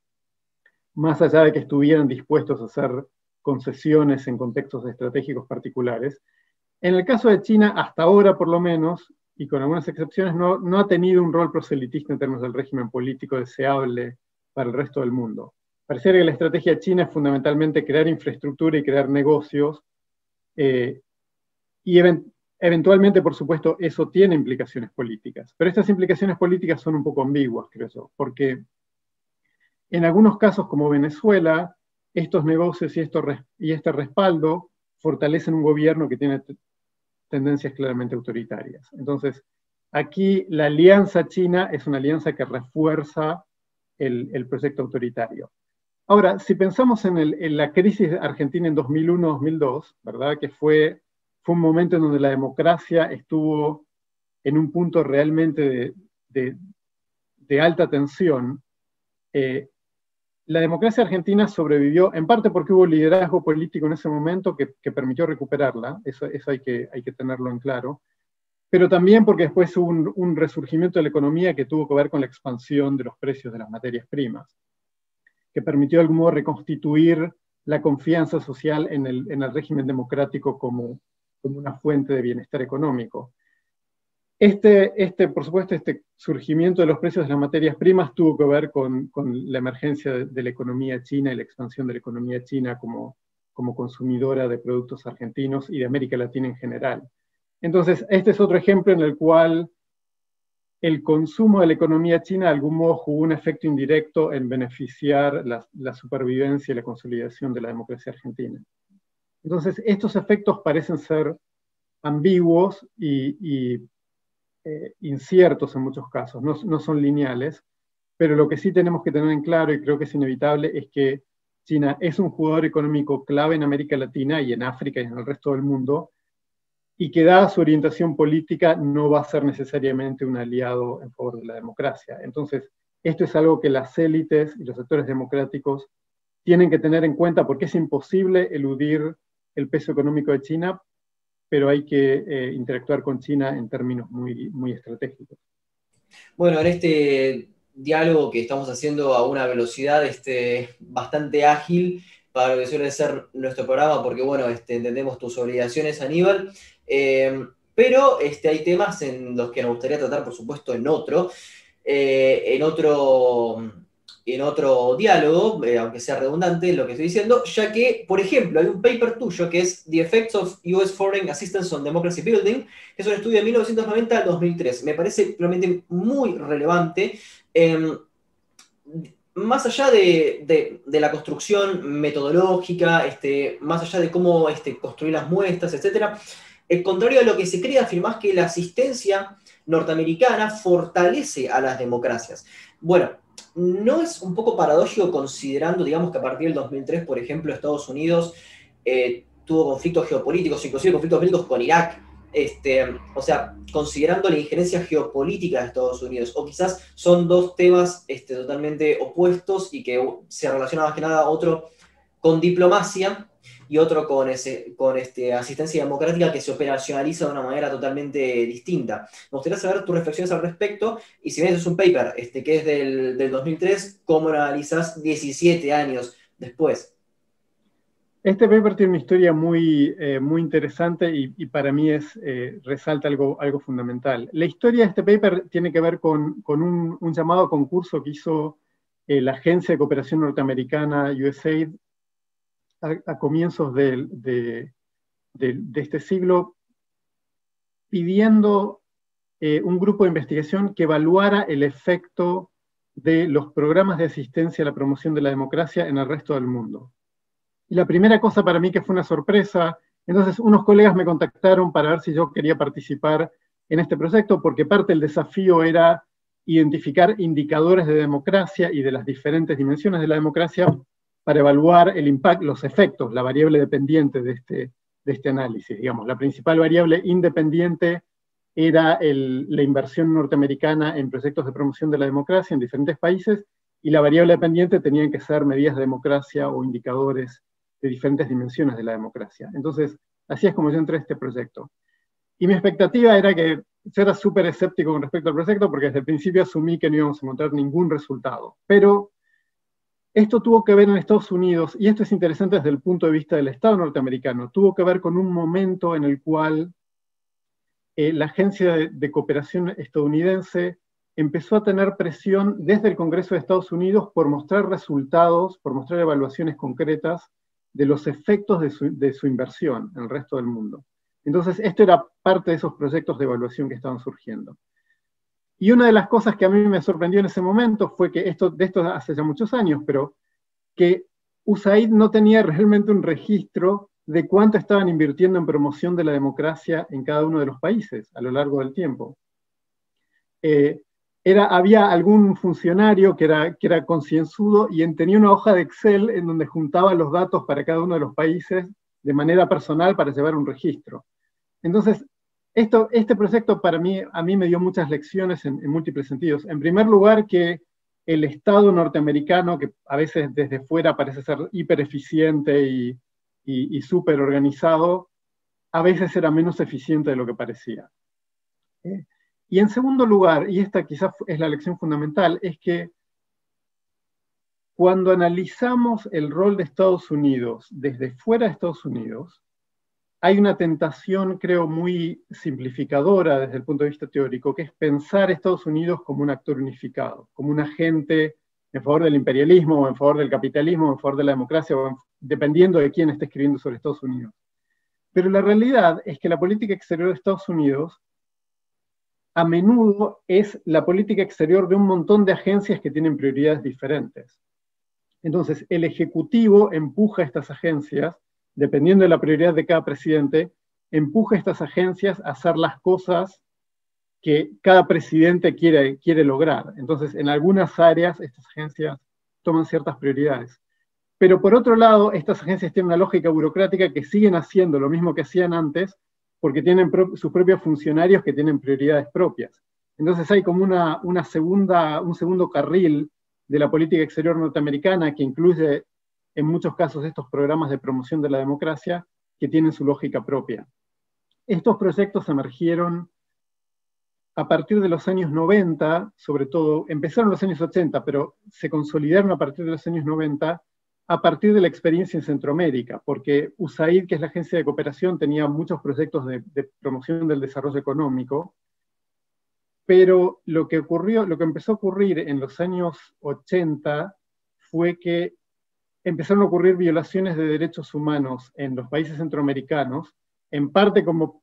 Speaker 2: más allá de que estuvieran dispuestos a hacer concesiones en contextos estratégicos particulares. En el caso de China, hasta ahora por lo menos, y con algunas excepciones, no, no ha tenido un rol proselitista en términos del régimen político deseable para el resto del mundo. Pareciera que la estrategia china es fundamentalmente crear infraestructura y crear negocios, eh, y event eventualmente, por supuesto, eso tiene implicaciones políticas. Pero estas implicaciones políticas son un poco ambiguas, creo yo, porque en algunos casos, como Venezuela, estos negocios y, esto, y este respaldo fortalecen un gobierno que tiene tendencias claramente autoritarias. Entonces, aquí la alianza china es una alianza que refuerza el, el proyecto autoritario. Ahora, si pensamos en, el, en la crisis argentina en dos mil uno dos mil dos, ¿verdad? Que fue, fue un momento en donde la democracia estuvo en un punto realmente de, de, de alta tensión, eh, la democracia argentina sobrevivió en parte porque hubo liderazgo político en ese momento que, que permitió recuperarla, eso, eso hay, que, hay que tenerlo en claro, pero también porque después hubo un, un resurgimiento de la economía que tuvo que ver con la expansión de los precios de las materias primas, que permitió de algún modo reconstituir la confianza social en el, en el régimen democrático como, como una fuente de bienestar económico. Este, este, por supuesto, este surgimiento de los precios de las materias primas tuvo que ver con, con la emergencia de, de la economía china y la expansión de la economía china como, como consumidora de productos argentinos y de América Latina en general. Entonces, este es otro ejemplo en el cual el consumo de la economía china de algún modo jugó un efecto indirecto en beneficiar la, la supervivencia y la consolidación de la democracia argentina. Entonces, estos efectos parecen ser ambiguos y, y eh, inciertos en muchos casos, no, no son lineales, pero lo que sí tenemos que tener en claro, y creo que es inevitable, es que China es un jugador económico clave en América Latina y en África y en el resto del mundo, y que dada su orientación política no va a ser necesariamente un aliado en favor de la democracia. Entonces, esto es algo que las élites y los sectores democráticos tienen que tener en cuenta porque es imposible eludir el peso económico de China, pero hay que eh, interactuar con China en términos muy, muy estratégicos.
Speaker 1: Bueno, en este diálogo que estamos haciendo a una velocidad este, bastante ágil para lo que suele ser nuestro programa, porque bueno, este, entendemos tus obligaciones, Aníbal, eh, pero este, hay temas en los que nos gustaría tratar, por supuesto, en otro, eh, en otro, en otro diálogo, eh, aunque sea redundante lo que estoy diciendo, ya que, por ejemplo, hay un paper tuyo que es The Effects of U S Foreign Assistance on Democracy Building, que es un estudio de mil novecientos noventa al dos mil tres. Me parece realmente muy relevante. Eh, Más allá de, de, de la construcción metodológica, este, más allá de cómo este, construir las muestras, etcétera, el contrario a lo que se cree, afirmás que la asistencia norteamericana fortalece a las democracias. Bueno, ¿no es un poco paradójico considerando, digamos, que a partir del dos mil tres, por ejemplo, Estados Unidos eh, tuvo conflictos geopolíticos, inclusive conflictos bélicos con Irak? Este, o sea, considerando la injerencia geopolítica de Estados Unidos, o quizás son dos temas este, totalmente opuestos y que se relacionan más que nada otro con diplomacia y otro con, ese, con este, asistencia democrática que se operacionaliza de una manera totalmente distinta. Me gustaría saber tus reflexiones al respecto, y si bien es un paper este, que es del, del dos mil tres, ¿cómo lo analizás diecisiete años después?
Speaker 2: Este paper tiene una historia muy, eh, muy interesante y, y para mí es, eh, resalta algo, algo fundamental. La historia de este paper tiene que ver con, con un, un llamado concurso que hizo eh, la Agencia de Cooperación Norteamericana, U S A I D, a, a comienzos de, de, de, de este siglo, pidiendo eh, un grupo de investigación que evaluara el efecto de los programas de asistencia a la promoción de la democracia en el resto del mundo. Y la primera cosa para mí que fue una sorpresa, entonces unos colegas me contactaron para ver si yo quería participar en este proyecto, porque parte del desafío era identificar indicadores de democracia y de las diferentes dimensiones de la democracia para evaluar el impacto, los efectos, la variable dependiente de este, de este análisis. Digamos, la principal variable independiente era el, la inversión norteamericana en proyectos de promoción de la democracia en diferentes países, y la variable dependiente tenían que ser medidas de democracia o indicadores de diferentes dimensiones de la democracia. Entonces, así es como yo entré a este proyecto. Y mi expectativa era que yo era súper escéptico con respecto al proyecto, porque desde el principio asumí que no íbamos a encontrar ningún resultado. Pero esto tuvo que ver en Estados Unidos, y esto es interesante desde el punto de vista del Estado norteamericano, tuvo que ver con un momento en el cual eh, la Agencia de, de Cooperación estadounidense empezó a tener presión desde el Congreso de Estados Unidos por mostrar resultados, por mostrar evaluaciones concretas de los efectos de su, de su inversión en el resto del mundo. Entonces, esto era parte de esos proyectos de evaluación que estaban surgiendo. Y una de las cosas que a mí me sorprendió en ese momento fue que, esto, de esto hace ya muchos años, pero que U S A I D no tenía realmente un registro de cuánto estaban invirtiendo en promoción de la democracia en cada uno de los países a lo largo del tiempo. Eh, Era, había algún funcionario que era, que era concienzudo y en, tenía una hoja de Excel en donde juntaba los datos para cada uno de los países de manera personal para llevar un registro. Entonces, esto, este proyecto para mí, a mí me dio muchas lecciones en, en múltiples sentidos. En primer lugar, que el Estado norteamericano, que a veces desde fuera parece ser hiper eficiente y, y, y súper organizado, a veces era menos eficiente de lo que parecía. ¿Eh? Y en segundo lugar, y esta quizás es la lección fundamental, es que cuando analizamos el rol de Estados Unidos desde fuera de Estados Unidos, hay una tentación, creo, muy simplificadora desde el punto de vista teórico, que es pensar a Estados Unidos como un actor unificado, como un agente en favor del imperialismo, o en favor del capitalismo, o en favor de la democracia, o en, dependiendo de quién esté escribiendo sobre Estados Unidos. Pero la realidad es que la política exterior de Estados Unidos a menudo es la política exterior de un montón de agencias que tienen prioridades diferentes. Entonces, el Ejecutivo empuja a estas agencias, dependiendo de la prioridad de cada presidente, empuja a estas agencias a hacer las cosas que cada presidente quiere, quiere lograr. Entonces, en algunas áreas, estas agencias toman ciertas prioridades. Pero por otro lado, estas agencias tienen una lógica burocrática que siguen haciendo lo mismo que hacían antes, porque tienen pro sus propios funcionarios que tienen prioridades propias. Entonces hay como una, una segunda, un segundo carril de la política exterior norteamericana que incluye en muchos casos estos programas de promoción de la democracia que tienen su lógica propia. Estos proyectos emergieron a partir de los años noventa, sobre todo, empezaron en los años ochenta, pero se consolidaron a partir de los años noventa, a partir de la experiencia en Centroamérica, porque U S A I D, que es la agencia de cooperación, tenía muchos proyectos de, de promoción del desarrollo económico, pero lo que ocurrió, lo que empezó a ocurrir en los años ochenta fue que empezaron a ocurrir violaciones de derechos humanos en los países centroamericanos, en parte como,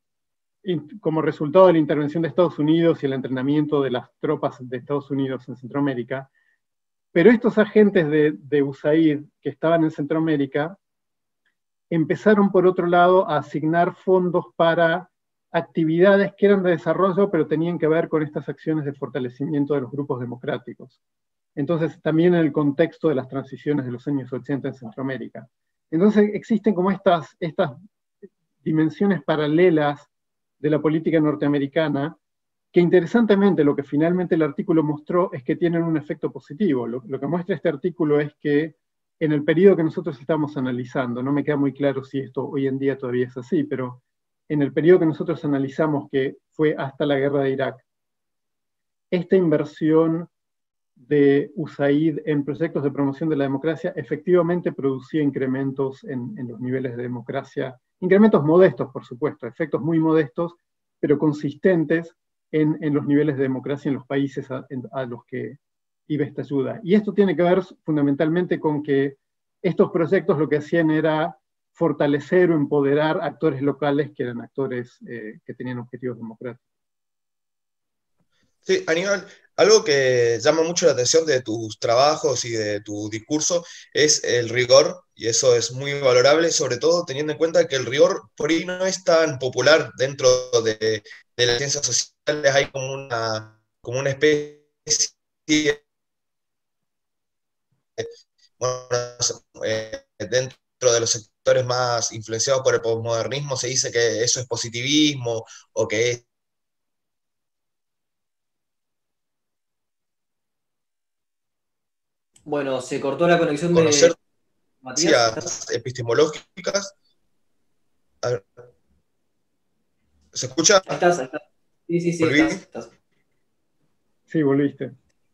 Speaker 2: como resultado de la intervención de Estados Unidos y el entrenamiento de las tropas de Estados Unidos en Centroamérica. Pero estos agentes de, de U S A I D que estaban en Centroamérica empezaron, por otro lado, a asignar fondos para actividades que eran de desarrollo, pero tenían que ver con estas acciones de fortalecimiento de los grupos democráticos. Entonces, también en el contexto de las transiciones de los años ochenta en Centroamérica. Entonces, existen como estas, estas dimensiones paralelas de la política norteamericana, que interesantemente lo que finalmente el artículo mostró es que tienen un efecto positivo. Lo, lo que muestra este artículo es que en el periodo que nosotros estamos analizando, no me queda muy claro si esto hoy en día todavía es así, pero en el periodo que nosotros analizamos, que fue hasta la guerra de Irak, esta inversión de U S A I D en proyectos de promoción de la democracia efectivamente producía incrementos en, en los niveles de democracia, incrementos modestos, por supuesto, efectos muy modestos, pero consistentes en, en los niveles de democracia en los países a, en, a los que iba esta ayuda. Y esto tiene que ver fundamentalmente con que estos proyectos lo que hacían era fortalecer o empoderar actores locales que eran actores eh, que tenían objetivos democráticos.
Speaker 3: Sí, Aníbal, algo que llama mucho la atención de tus trabajos y de tu discurso es el rigor, y eso es muy valorable, sobre todo teniendo en cuenta que el rigor por ahí no es tan popular dentro de, de las ciencias sociales, hay como una, como una especie, bueno, eh, dentro de los sectores más influenciados por el posmodernismo se dice que eso es positivismo o que es
Speaker 1: Bueno, se cortó la conexión
Speaker 3: conocer
Speaker 1: de Matías. ¿Estás?
Speaker 3: epistemológicas. A ver, ¿se escucha?
Speaker 1: Ahí estás, ahí estás. Sí, sí, sí,
Speaker 3: ¿Volví?
Speaker 1: estás, estás.
Speaker 2: Sí, volviste.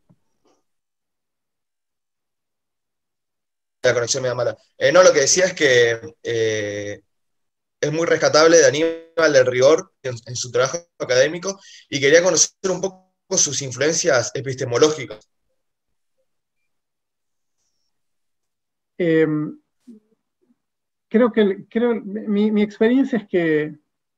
Speaker 3: La conexión me da mala. Eh, no, lo que decía es que eh, es muy rescatable de Aníbal el rigor en, en su trabajo académico y quería conocer un poco sus influencias epistemológicas.
Speaker 2: Eh, creo que creo, mi, mi experiencia es que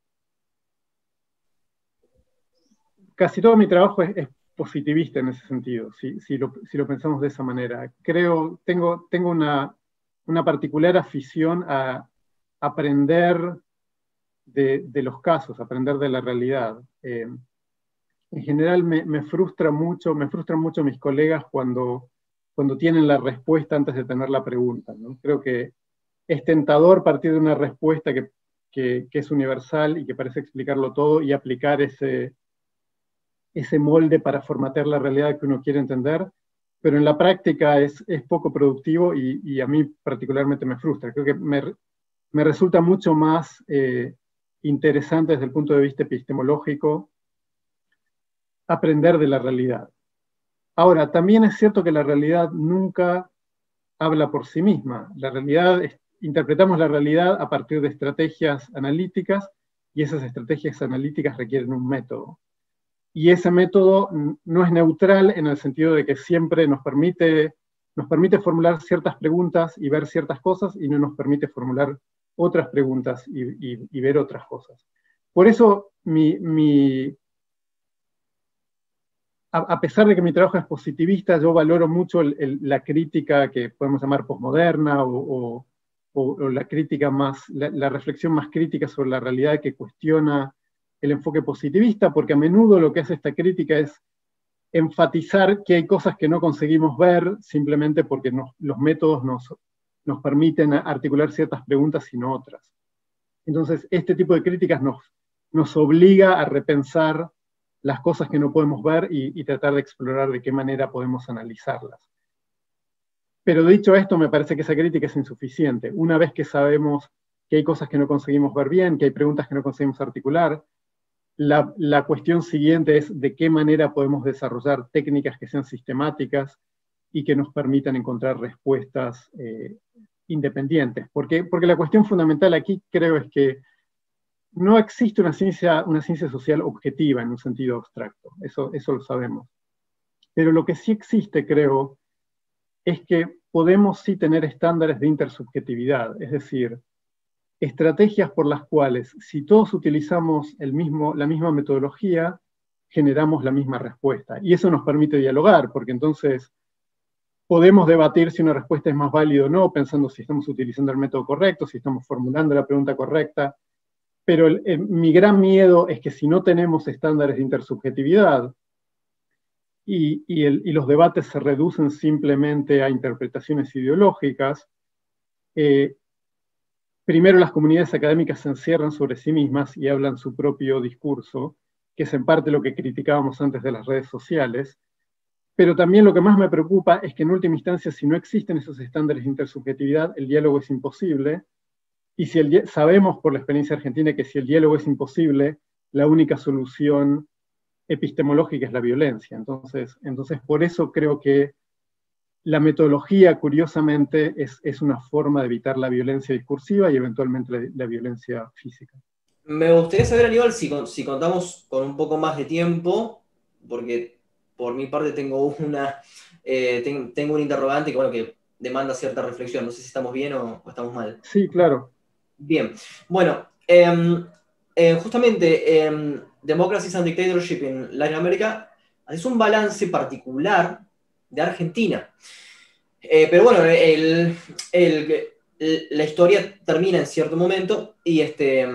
Speaker 2: casi todo mi trabajo es, es positivista en ese sentido, si, si, lo, si lo pensamos de esa manera. Creo, tengo, tengo una, una particular afición a aprender de, de los casos, aprender de la realidad. Eh, en general me, me frustra mucho, me frustran mucho mis colegas cuando, cuando tienen la respuesta antes de tener la pregunta, ¿no? Creo que es tentador partir de una respuesta que, que, que es universal y que parece explicarlo todo y aplicar ese, ese molde para formatear la realidad que uno quiere entender, pero en la práctica es, es poco productivo y, y a mí particularmente me frustra. Creo que me, me resulta mucho más eh, interesante desde el punto de vista epistemológico aprender de la realidad. Ahora, también es cierto que la realidad nunca habla por sí misma. La realidad, es, interpretamos la realidad a partir de estrategias analíticas y esas estrategias analíticas requieren un método. Y ese método no es neutral en el sentido de que siempre nos permite, nos permite formular ciertas preguntas y ver ciertas cosas y no nos permite formular otras preguntas y, y, y ver otras cosas. Por eso mi, mi a pesar de que mi trabajo es positivista, yo valoro mucho el, el, la crítica que podemos llamar posmoderna o, o, o la crítica más, la, la reflexión más crítica sobre la realidad que cuestiona el enfoque positivista, porque a menudo lo que hace esta crítica es enfatizar que hay cosas que no conseguimos ver simplemente porque nos, los métodos nos, nos permiten articular ciertas preguntas y no otras. Entonces, este tipo de críticas nos, nos obliga a repensar las cosas que no podemos ver y, y tratar de explorar de qué manera podemos analizarlas. Pero dicho esto, me parece que esa crítica es insuficiente. Una vez que sabemos que hay cosas que no conseguimos ver bien, que hay preguntas que no conseguimos articular, la, la cuestión siguiente es de qué manera podemos desarrollar técnicas que sean sistemáticas y que nos permitan encontrar respuestas eh, independientes. Porque, porque la cuestión fundamental aquí creo es que no existe una ciencia, una ciencia social objetiva en un sentido abstracto, eso, eso lo sabemos. Pero lo que sí existe, creo, es que podemos sí tener estándares de intersubjetividad, es decir, estrategias por las cuales, si todos utilizamos el mismo, la misma metodología, generamos la misma respuesta. Y eso nos permite dialogar, porque entonces podemos debatir si una respuesta es más válida o no, pensando si estamos utilizando el método correcto, si estamos formulando la pregunta correcta. Pero el, el, mi gran miedo es que si no tenemos estándares de intersubjetividad y, y, el, y los debates se reducen simplemente a interpretaciones ideológicas, eh, primero las comunidades académicas se encierran sobre sí mismas y hablan su propio discurso, que es en parte lo que criticábamos antes de las redes sociales, pero también lo que más me preocupa es que en última instancia, si no existen esos estándares de intersubjetividad, el diálogo es imposible. Y si el, sabemos por la experiencia argentina que si el diálogo es imposible, la única solución epistemológica es la violencia. Entonces, entonces por eso creo que la metodología, curiosamente, es, es una forma de evitar la violencia discursiva y eventualmente la, la violencia física.
Speaker 1: Me gustaría saber, Aníbal, si, si contamos con un poco más de tiempo, porque por mi parte tengo una, eh, ten, tengo un interrogante que, bueno, que demanda cierta reflexión. No sé si estamos bien o, o estamos mal.
Speaker 2: Sí, claro.
Speaker 1: Bien. Bueno, eh, eh, justamente eh, Democracies and Dictatorship en Latin America es un balance particular de Argentina. Eh, pero bueno, el, el, el, la historia termina en cierto momento y este...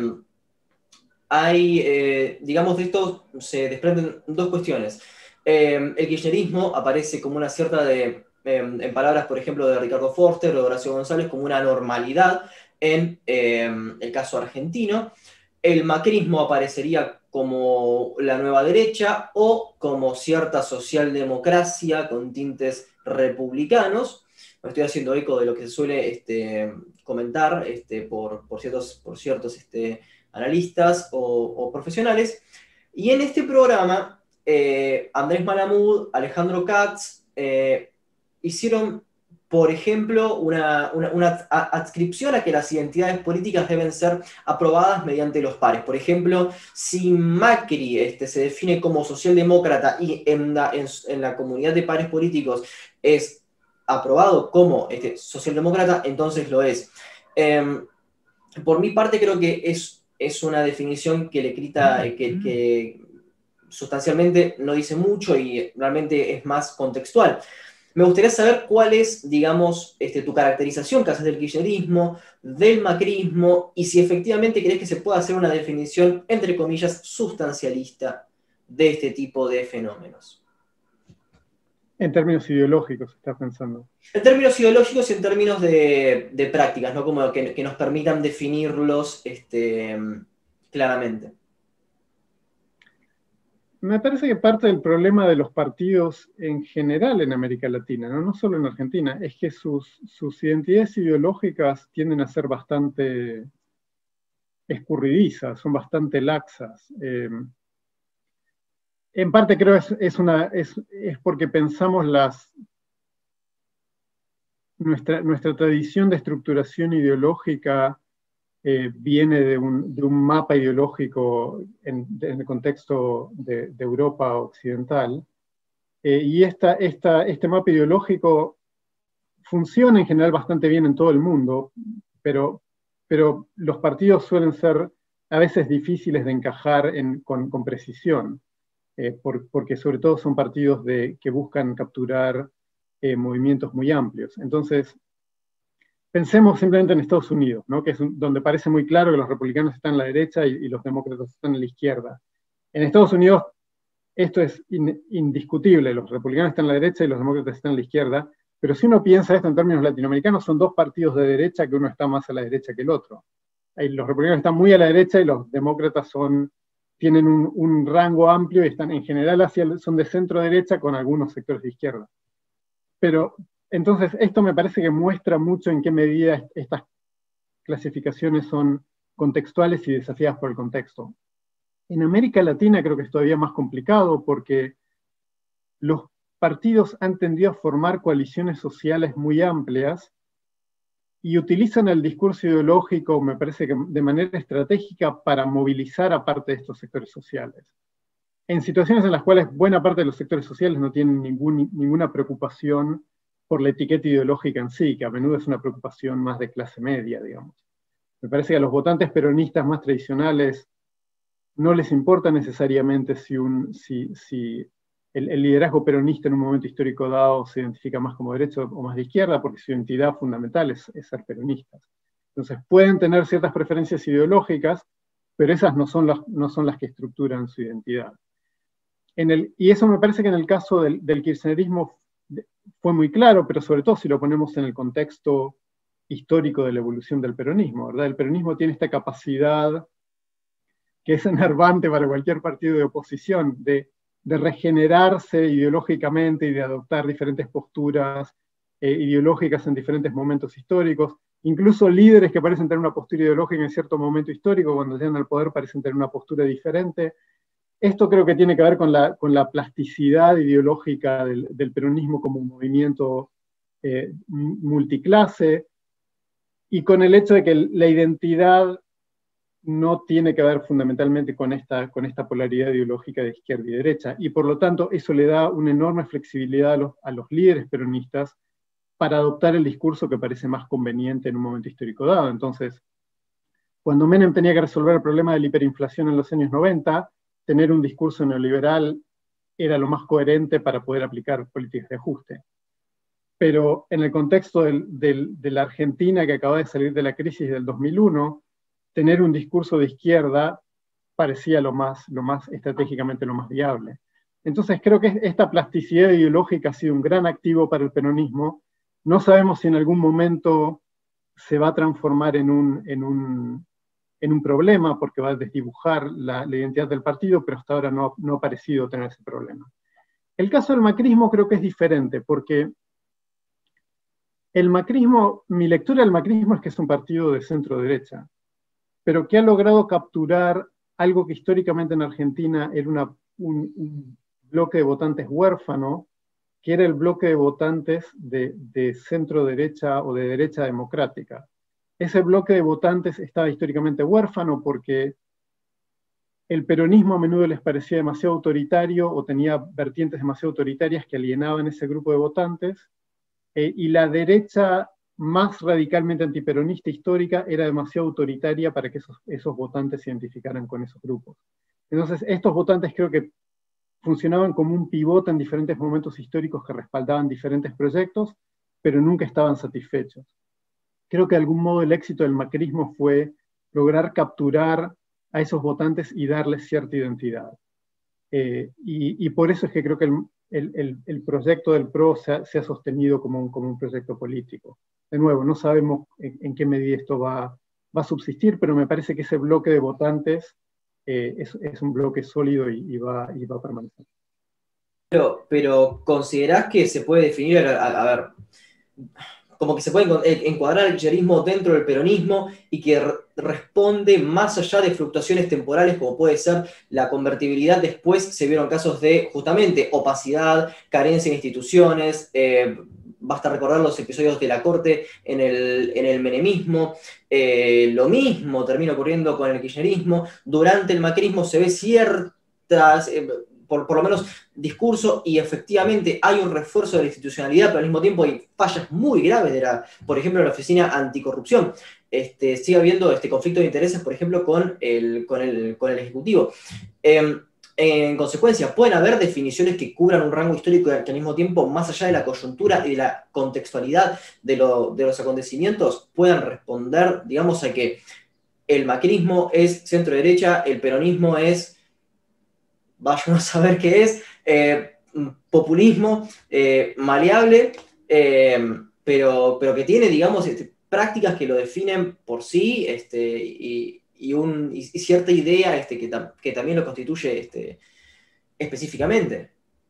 Speaker 1: hay, eh, digamos, de esto se desprenden dos cuestiones. Eh, el kirchnerismo aparece como una cierta de, eh, en palabras, por ejemplo, de Ricardo Forster o de Horacio González, como una normalidad en eh, el caso argentino. El macrismo aparecería como la nueva derecha o como cierta socialdemocracia con tintes republicanos. Me estoy haciendo eco de lo que se suele este, comentar este, por, por ciertos, por ciertos este, analistas o, o profesionales. Y en este programa, eh, Andrés Malamud, Alejandro Katz, eh, hicieron, por ejemplo, una, una, una adscripción a que las identidades políticas deben ser aprobadas mediante los pares. Por ejemplo, si Macri este, se define como socialdemócrata y en la, en, en la comunidad de pares políticos es aprobado como este, socialdemócrata, entonces lo es. Eh, por mi parte, creo que es es una definición que le grita, que, que sustancialmente no dice mucho y realmente es más contextual. Me gustaría saber cuál es, digamos, este, tu caracterización que haces del kirchnerismo, del macrismo, y si efectivamente crees que se puede hacer una definición, entre comillas, sustancialista de este tipo de fenómenos.
Speaker 2: En términos ideológicos, estás pensando.
Speaker 1: En términos ideológicos y en términos de, de prácticas, ¿no? Como que, que nos permitan definirlos este, claramente.
Speaker 2: Me parece que parte del problema de los partidos en general en América Latina, no, no solo en Argentina, es que sus, sus identidades ideológicas tienden a ser bastante escurridizas, son bastante laxas. Eh, En parte creo es, es, una, es, es porque pensamos las, nuestra, nuestra tradición de estructuración ideológica eh, viene de un, de un mapa ideológico en, en el contexto de, de Europa occidental, eh, y esta, esta, este mapa ideológico funciona en general bastante bien en todo el mundo, pero, pero los partidos suelen ser a veces difíciles de encajar en, con, con precisión. Eh, por, porque sobre todo son partidos de, que buscan capturar eh, movimientos muy amplios. Entonces, pensemos simplemente en Estados Unidos, ¿no? Que es un, donde parece muy claro que los republicanos están a la derecha y, y los demócratas están a la izquierda. En Estados Unidos esto es in, indiscutible, los republicanos están a la derecha y los demócratas están a la izquierda, pero si uno piensa esto en términos latinoamericanos, son dos partidos de derecha que uno está más a la derecha que el otro. Los republicanos están muy a la derecha y los demócratas son... tienen un, un rango amplio y están en general hacia, son de centro derecha con algunos sectores de izquierda. Pero entonces esto me parece que muestra mucho en qué medida estas clasificaciones son contextuales y desafiadas por el contexto. En América Latina creo que es todavía más complicado porque los partidos han tendido a formar coaliciones sociales muy amplias y utilizan el discurso ideológico, me parece que de manera estratégica, para movilizar a parte de estos sectores sociales. En situaciones en las cuales buena parte de los sectores sociales no tienen ningún, ninguna preocupación por la etiqueta ideológica en sí, que a menudo es una preocupación más de clase media, digamos. Me parece que a los votantes peronistas más tradicionales no les importa necesariamente si, un, si, si el, el liderazgo peronista en un momento histórico dado se identifica más como derecha o más de izquierda, porque su identidad fundamental es, es ser peronistas. Entonces pueden tener ciertas preferencias ideológicas, pero esas no son las, no son las que estructuran su identidad. En el, y eso me parece que en el caso del, del kirchnerismo fue muy claro, pero sobre todo si lo ponemos en el contexto histórico de la evolución del peronismo, ¿verdad? El peronismo tiene esta capacidad que es enervante para cualquier partido de oposición, de, de regenerarse ideológicamente y de adoptar diferentes posturas eh, ideológicas en diferentes momentos históricos. Incluso líderes que parecen tener una postura ideológica en cierto momento histórico, cuando llegan al poder parecen tener una postura diferente. esto creo que tiene que ver con la, con la plasticidad ideológica del, del peronismo como un movimiento eh, multiclase, y con el hecho de que la identidad no tiene que ver fundamentalmente con esta, con esta polaridad ideológica de izquierda y derecha, y por lo tanto eso le da una enorme flexibilidad a los, a los líderes peronistas para adoptar el discurso que parece más conveniente en un momento histórico dado. Entonces, cuando Menem tenía que resolver el problema de la hiperinflación en los años noventa, tener un discurso neoliberal era lo más coherente para poder aplicar políticas de ajuste. Pero en el contexto del, del, de la Argentina que acaba de salir de la crisis del dos mil uno, tener un discurso de izquierda parecía lo más, lo más estratégicamente lo más viable. Entonces creo que esta plasticidad ideológica ha sido un gran activo para el peronismo. No sabemos si en algún momento se va a transformar en un, en un, en un problema, porque va a desdibujar la, la identidad del partido, pero hasta ahora no, no ha parecido tener ese problema. El caso del macrismo creo que es diferente, porque el macrismo, mi lectura del macrismo es que es un partido de centro-derecha, pero que ha logrado capturar algo que históricamente en Argentina era una, un, un bloque de votantes huérfano, que era el bloque de votantes de, de centro-derecha o de derecha democrática. Ese bloque de votantes estaba históricamente huérfano porque el peronismo a menudo les parecía demasiado autoritario o tenía vertientes demasiado autoritarias que alienaban ese grupo de votantes, eh, y la derecha más radicalmente antiperonista histórica era demasiado autoritaria para que esos, esos votantes se identificaran con esos grupos. Entonces, estos votantes creo que funcionaban como un pivote en diferentes momentos históricos que respaldaban diferentes proyectos, pero nunca estaban satisfechos. Creo que de algún modo el éxito del macrismo fue lograr capturar a esos votantes y darles cierta identidad. Eh, y, y por eso es que creo que el, el, el, el proyecto del P R O se ha, se ha sostenido como un, como un proyecto político. De nuevo, no sabemos en, en qué medida esto va, va a subsistir, pero me parece que ese bloque de votantes eh, es, es un bloque sólido y, y, va, y va a permanecer.
Speaker 1: Pero, pero ¿considerás que se puede definir, a, a, a ver, como que se puede encuadrar el kirchnerismo dentro del peronismo y que re responde más allá de fluctuaciones temporales, como puede ser la convertibilidad? Después se vieron casos de, justamente, opacidad, carencia en instituciones, eh, basta recordar los episodios de la corte en el, en el menemismo, eh, lo mismo termina ocurriendo con el kirchnerismo. Durante el macrismo se ve ciertas... Eh, Por, por lo menos discurso, y efectivamente hay un refuerzo de la institucionalidad, pero al mismo tiempo hay fallas muy graves de la, por ejemplo, la Oficina Anticorrupción. Este, sigue habiendo este conflicto de intereses, por ejemplo, con el, con el, con el Ejecutivo. Eh, en consecuencia, pueden haber definiciones que cubran un rango histórico y que al mismo tiempo, más allá de la coyuntura y de la contextualidad de, lo, de los acontecimientos, puedan responder, digamos, a que el macrismo es centro-derecha, el peronismo es... vayan a saber qué es, eh, populismo eh, maleable, eh, pero, pero que tiene, digamos, este, prácticas que lo definen por sí, este, y, y, un, y cierta idea este, que, tam que también lo constituye este, específicamente.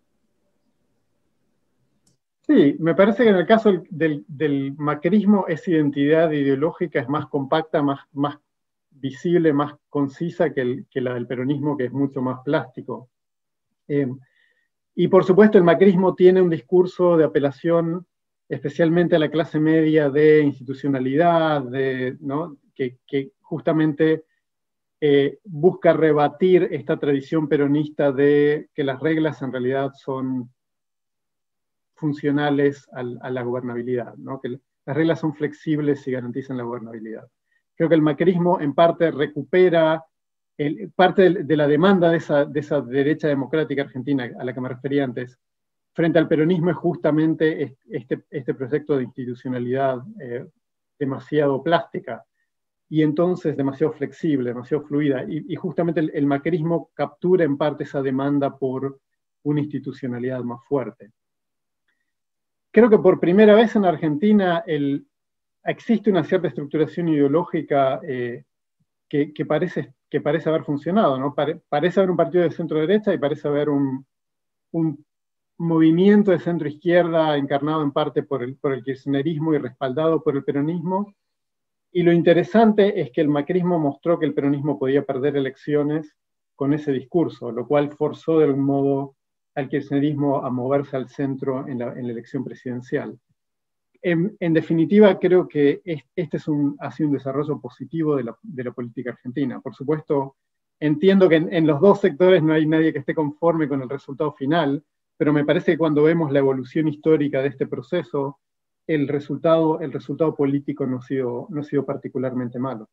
Speaker 2: Sí, me parece que en el caso del, del macrismo esa identidad ideológica es más compacta, más, más visible, más concisa que, el, que la del peronismo, que es mucho más plástico. Eh, y por supuesto el macrismo tiene un discurso de apelación especialmente a la clase media de institucionalidad, de, ¿no? que, que justamente eh, busca rebatir esta tradición peronista de que las reglas en realidad son funcionales al, a la gobernabilidad, ¿no? Que las reglas son flexibles y garantizan la gobernabilidad. Creo que el macrismo en parte recupera el, parte de, de la demanda de esa, de esa derecha democrática argentina a la que me refería antes, frente al peronismo, es justamente este, este proyecto de institucionalidad eh, demasiado plástica, y entonces demasiado flexible, demasiado fluida, y, y justamente el, el macrismo captura en parte esa demanda por una institucionalidad más fuerte. Creo que por primera vez en Argentina el, existe una cierta estructuración ideológica eh, que, que, parece, que parece haber funcionado, ¿no? Pare, parece haber un partido de centro-derecha y parece haber un, un movimiento de centro-izquierda encarnado en parte por el, por el kirchnerismo y respaldado por el peronismo. Y lo interesante es que el macrismo mostró que el peronismo podía perder elecciones con ese discurso, lo cual forzó de algún modo al kirchnerismo a moverse al centro en la, en la elección presidencial. En, en definitiva, creo que este es un, ha sido un desarrollo positivo de la, de la política argentina. Por supuesto, entiendo que en, en los dos sectores no hay nadie que esté conforme con el resultado final, pero me parece que cuando vemos la evolución histórica de este proceso, el resultado, el resultado político no ha sido, no ha sido particularmente malo.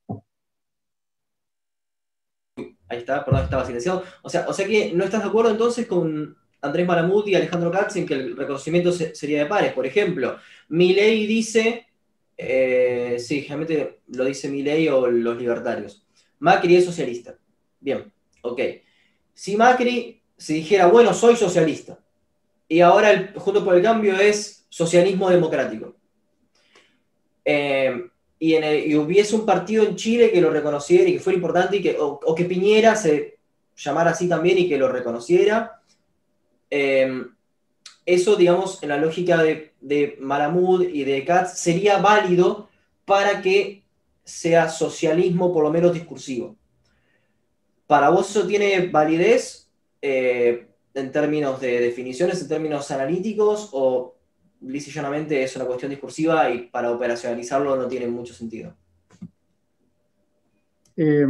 Speaker 1: Ahí está, perdón, estaba silenciado. O sea, o sea que no estás de acuerdo entonces con Andrés Malamud y Alejandro Katz en que el reconocimiento se, sería de pares. Por ejemplo, Milei dice, eh, sí, generalmente lo dice Milei o los libertarios, Macri es socialista. Bien, ok. Si Macri se dijera, bueno, soy socialista, y ahora el Juntos por el Cambio es socialismo democrático, eh, y, en el, y hubiese un partido en Chile que lo reconociera y que fuera importante, y que, o, o que Piñera se llamara así también y que lo reconociera, eh, eso, digamos, en la lógica de, de Malamud y de Katz, sería válido para que sea socialismo por lo menos discursivo. ¿Para vos eso tiene validez eh, en términos de definiciones, en términos analíticos, o lisa y llanamente es una cuestión discursiva y para operacionalizarlo no tiene mucho sentido?
Speaker 2: Eh,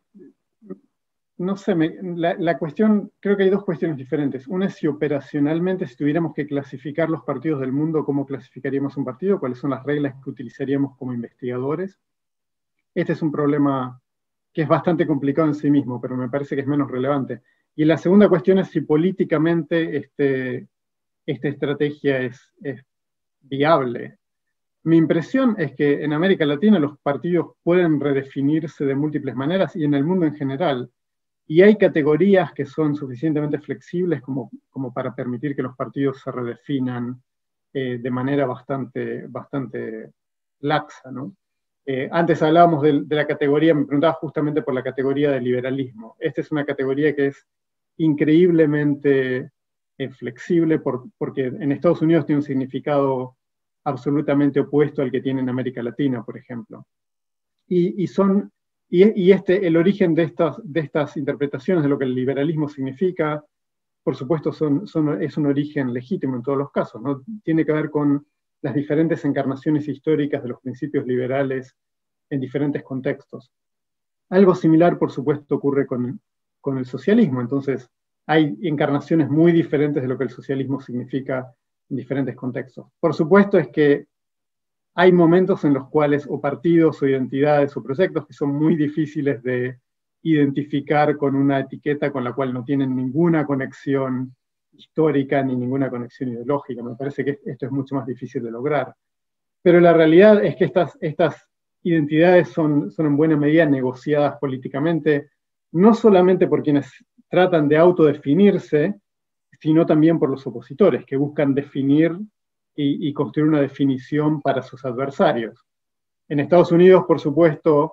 Speaker 2: no sé, me, la, la cuestión, creo que hay dos cuestiones diferentes. Una es si operacionalmente, si tuviéramos que clasificar los partidos del mundo, ¿cómo clasificaríamos un partido? ¿Cuáles son las reglas que utilizaríamos como investigadores? Este es un problema que es bastante complicado en sí mismo, pero me parece que es menos relevante. Y la segunda cuestión es si políticamente este, esta estrategia es, es viable. Mi impresión es que en América Latina los partidos pueden redefinirse de múltiples maneras y en el mundo en general. Y hay categorías que son suficientemente flexibles como, como para permitir que los partidos se redefinan eh, de manera bastante, bastante laxa, ¿no? Eh, antes hablábamos de, de la categoría, me preguntaba justamente por la categoría de liberalismo. Esta es una categoría que es increíblemente eh, flexible por, porque en Estados Unidos tiene un significado absolutamente opuesto al que tiene en América Latina, por ejemplo. Y, y, son, y, y este, el origen de estas, de estas interpretaciones de lo que el liberalismo significa, por supuesto, son, son, es un origen legítimo en todos los casos, ¿no? Tiene que ver con las diferentes encarnaciones históricas de los principios liberales en diferentes contextos. Algo similar, por supuesto, ocurre con, con el socialismo. Entonces, hay encarnaciones muy diferentes de lo que el socialismo significa en diferentes contextos. Por supuesto es que hay momentos en los cuales o partidos o identidades o proyectos que son muy difíciles de identificar con una etiqueta con la cual no tienen ninguna conexión histórica ni ninguna conexión ideológica. Me parece que esto es mucho más difícil de lograr. Pero la realidad es que estas, estas identidades son, son en buena medida negociadas políticamente, no solamente por quienes tratan de autodefinirse, sino también por los opositores, que buscan definir y, y construir una definición para sus adversarios. En Estados Unidos, por supuesto,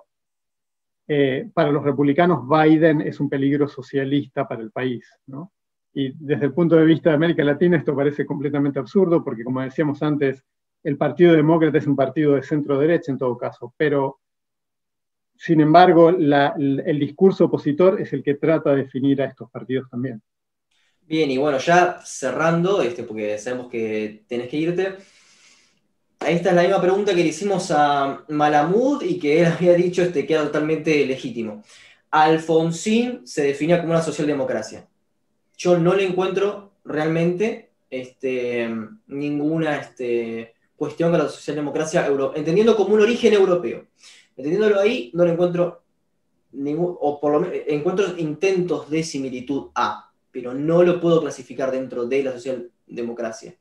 Speaker 2: eh, para los republicanos Biden es un peligro socialista para el país, ¿no? Y desde el punto de vista de América Latina esto parece completamente absurdo, porque como decíamos antes, el Partido Demócrata es un partido de centro-derecha en todo caso, pero sin embargo la, el discurso opositor es el que trata de definir a estos partidos también.
Speaker 1: Bien, y bueno, ya cerrando, este, porque sabemos que tenés que irte, esta es la misma pregunta que le hicimos a Malamud y que él había dicho este, queda totalmente legítimo. Alfonsín se definía como una socialdemocracia. Yo no le encuentro realmente este, ninguna este, cuestión con la socialdemocracia, euro, entendiendo como un origen europeo. Entendiéndolo ahí, no le encuentro ningún, o por lo menos encuentro intentos de similitud a, pero no lo puedo clasificar dentro de la socialdemocracia.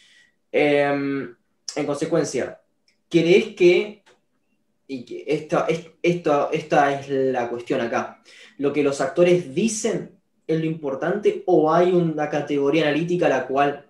Speaker 1: Eh, en consecuencia, ¿crees que, y que esta, esta, esta es la cuestión acá, lo que los actores dicen es lo importante, o hay una categoría analítica a la cual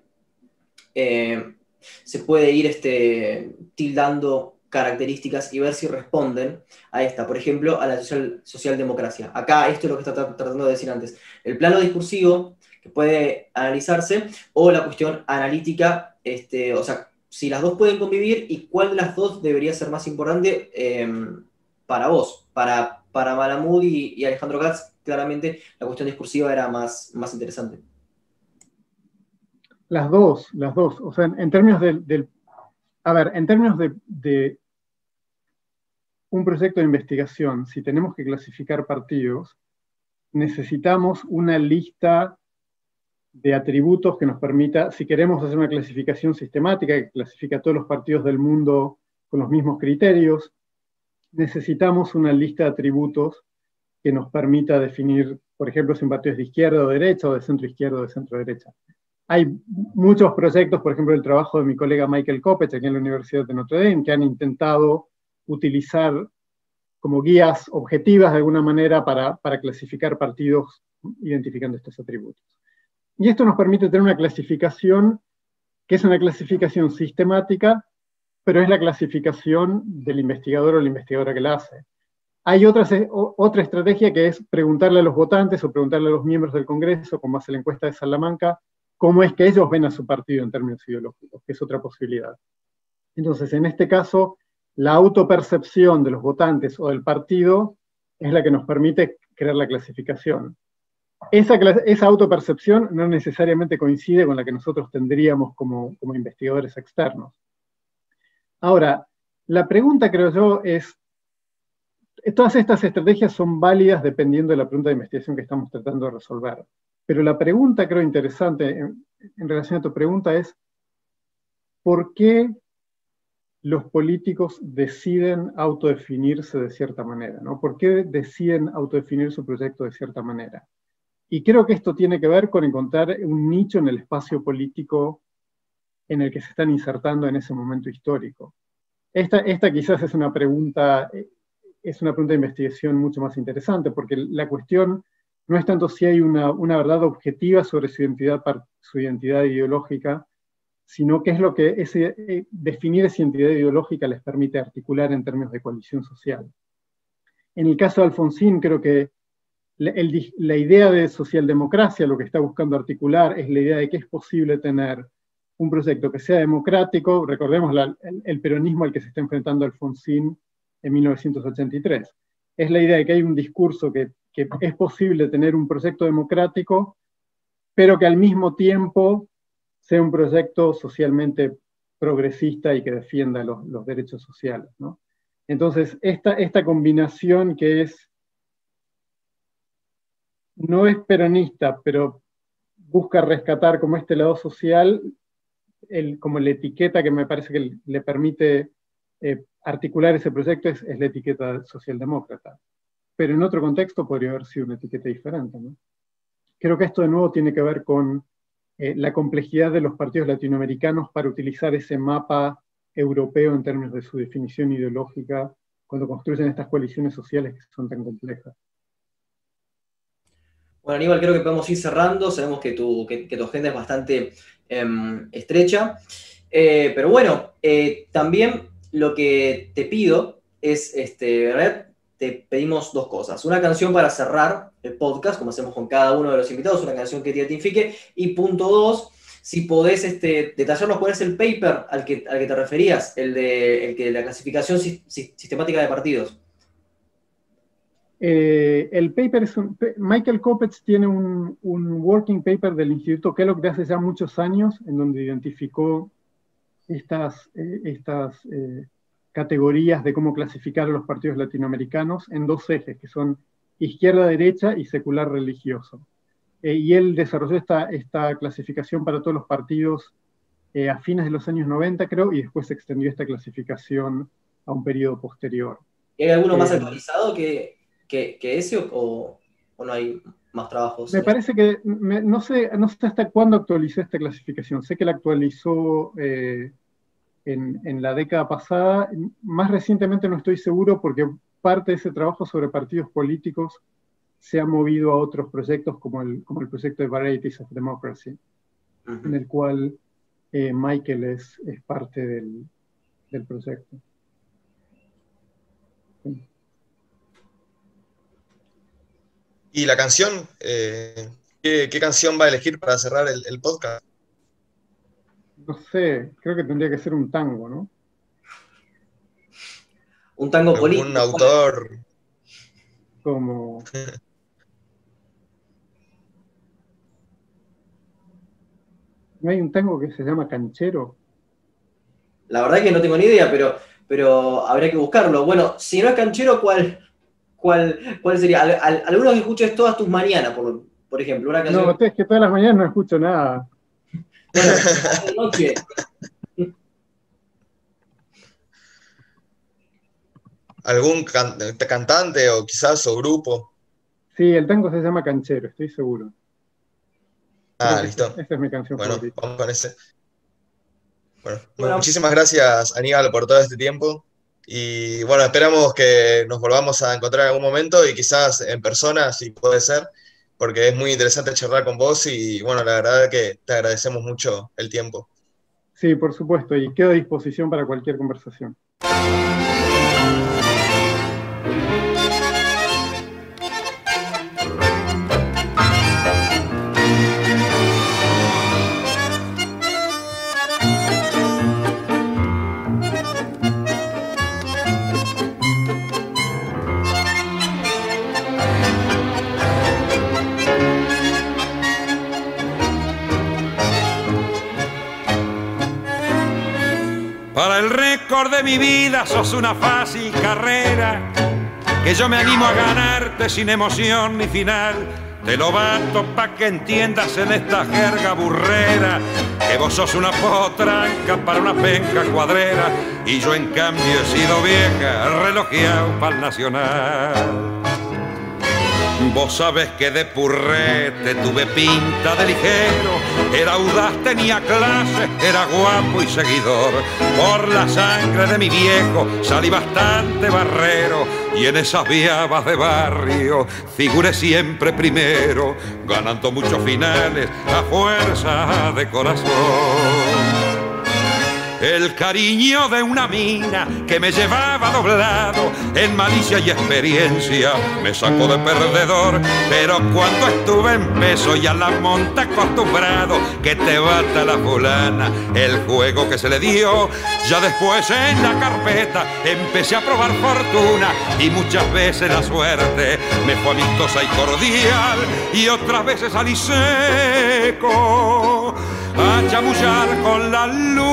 Speaker 1: eh, se puede ir este, tildando características y ver si responden a esta, por ejemplo, a la social, socialdemocracia? Acá esto es lo que está tratando de decir antes. El plano discursivo, que puede analizarse, o la cuestión analítica, este, o sea, si las dos pueden convivir y cuál de las dos debería ser más importante eh, para vos, para, para Malamud y, y Alejandro Katz. claramente la cuestión discursiva era más, más interesante.
Speaker 2: Las dos, las dos. O sea, en, en términos del, del... A ver, en términos de, de un proyecto de investigación, si tenemos que clasificar partidos, necesitamos una lista de atributos que nos permita, si queremos hacer una clasificación sistemática que clasifica a todos los partidos del mundo con los mismos criterios, necesitamos una lista de atributos que nos permita definir, por ejemplo, si un partido es de izquierda o derecha, o de centro izquierda o de centro derecha. Hay muchos proyectos, por ejemplo, el trabajo de mi colega Michael Kopech aquí en la Universidad de Notre Dame, que han intentado utilizar como guías objetivas de alguna manera para, para clasificar partidos identificando estos atributos. Y esto nos permite tener una clasificación que es una clasificación sistemática, pero es la clasificación del investigador o la investigadora que la hace. Hay otra, otra estrategia que es preguntarle a los votantes o preguntarle a los miembros del Congreso, como hace la encuesta de Salamanca, cómo es que ellos ven a su partido en términos ideológicos, que es otra posibilidad. Entonces, en este caso, la autopercepción de los votantes o del partido es la que nos permite crear la clasificación. Esa, esa autopercepción no necesariamente coincide con la que nosotros tendríamos como, como investigadores externos. Ahora, la pregunta, creo yo, es, todas estas estrategias son válidas dependiendo de la pregunta de investigación que estamos tratando de resolver. Pero la pregunta, creo, interesante en, en relación a tu pregunta es, ¿por qué los políticos deciden autodefinirse de cierta manera, ¿no? ¿Por qué deciden autodefinir su proyecto de cierta manera? Y creo que esto tiene que ver con encontrar un nicho en el espacio político en el que se están insertando en ese momento histórico. Esta, esta quizás es una pregunta, es una pregunta de investigación mucho más interesante, porque la cuestión no es tanto si hay una, una verdad objetiva sobre su identidad, su identidad ideológica, sino qué es lo que ese, eh, definir esa identidad ideológica les permite articular en términos de coalición social. En el caso de Alfonsín, creo que la, el, la idea de socialdemocracia lo que está buscando articular es la idea de que es posible tener un proyecto que sea democrático. Recordemos la, el, el peronismo al que se está enfrentando Alfonsín en mil novecientos ochenta y tres. Es la idea de que hay un discurso que, que es posible tener un proyecto democrático, pero que al mismo tiempo sea un proyecto socialmente progresista y que defienda los, los derechos sociales, ¿no? Entonces, esta, esta combinación que es, no es peronista, pero busca rescatar como este lado social, el, como la etiqueta que me parece que le permite eh, articular ese proyecto es, es la etiqueta socialdemócrata. Pero en otro contexto podría haber sido una etiqueta diferente, ¿no? Creo que esto de nuevo tiene que ver con Eh, la complejidad de los partidos latinoamericanos para utilizar ese mapa europeo en términos de su definición ideológica cuando construyen estas coaliciones sociales que son tan complejas.
Speaker 1: Bueno, Aníbal, creo que podemos ir cerrando. Sabemos que tu, que, que tu agenda es bastante eh, estrecha. Eh, pero bueno, eh, también lo que te pido es, este, ¿verdad? Te pedimos dos cosas. Una canción para cerrar el podcast, como hacemos con cada uno de los invitados, una canción que te identifique. Y punto dos, si podés este, detallarnos cuál es el paper al que, al que te referías, el de, el que, la clasificación si, si, sistemática de partidos.
Speaker 2: Eh, el paper es un, Michael Kopech tiene un, un working paper del Instituto Kellogg de hace ya muchos años, en donde identificó estas, eh, estas eh, categorías de cómo clasificar a los partidos latinoamericanos en dos ejes, que son izquierda-derecha y secular-religioso. Eh, y él desarrolló esta, esta clasificación para todos los partidos eh, a fines de los años noventa, creo, y después se extendió esta clasificación a un periodo posterior.
Speaker 1: ¿Y hay alguno más
Speaker 2: Eh,
Speaker 1: actualizado que, que, que ese o, o no hay más trabajos?
Speaker 2: Me parece que, me, no, sé, no sé hasta cuándo actualizó esta clasificación. Sé que la actualizó eh, en, en la década pasada. Más recientemente no estoy seguro porque parte de ese trabajo sobre partidos políticos se ha movido a otros proyectos como el, como el proyecto de Varieties of Democracy, uh-huh. en el cual eh, Michael es, es parte del, del proyecto. Sí.
Speaker 3: ¿Y la canción? Eh, ¿qué, ¿Qué canción va a elegir para cerrar el, el podcast?
Speaker 2: No sé, creo que tendría que ser un tango, ¿no?
Speaker 1: Un tango político.
Speaker 3: Un autor.
Speaker 2: Como... ¿No hay un tango que se llama Canchero?
Speaker 1: La verdad que no tengo ni idea, pero, pero habría que buscarlo. Bueno, si no es canchero, ¿cuál, cuál, cuál sería? Al, al, algunos que escuches todas tus mañanas, por, por ejemplo. Una canción...
Speaker 2: No, es que todas las mañanas no escucho nada.
Speaker 1: Bueno, de noche.
Speaker 3: ¿Algún can cantante o quizás o grupo?
Speaker 2: Sí, el tango se llama Canchero, estoy seguro.
Speaker 3: Ah,
Speaker 2: Creo
Speaker 3: listo.
Speaker 2: Esa es mi canción
Speaker 3: bueno,
Speaker 2: favorita.
Speaker 3: Vamos con ese. Bueno,
Speaker 1: Bueno,
Speaker 3: muchísimas gracias, Aníbal, por todo este tiempo. Y bueno, esperamos que nos volvamos a encontrar en algún momento y quizás en persona, si puede ser, porque es muy interesante charlar con vos y bueno, la verdad que te agradecemos mucho el tiempo.
Speaker 2: Sí, por supuesto, y quedo a disposición para cualquier conversación.
Speaker 4: Para el récord de mi vida sos una fácil carrera, que yo me animo a ganarte sin emoción ni final. Te lo bato pa' que entiendas en esta jerga burrera, que vos sos una potranca para una penca cuadrera, y yo en cambio he sido vieja, relojeado pa'l nacional. Vos sabés que de purrete tuve pinta de ligero, era audaz, tenía clase, era guapo y seguidor. Por la sangre de mi viejo salí bastante barrero, y en esas viabas de barrio figuré siempre primero, ganando muchos finales a fuerza de corazón. El cariño de una mina que me llevaba doblado en malicia y experiencia me sacó de perdedor, pero cuando estuve en peso y a la monta acostumbrado, que te bata la fulana, el juego que se le dio, ya después en la carpeta empecé a probar fortuna y muchas veces la suerte me fue amistosa y cordial y otras veces salí seco a chamullar con la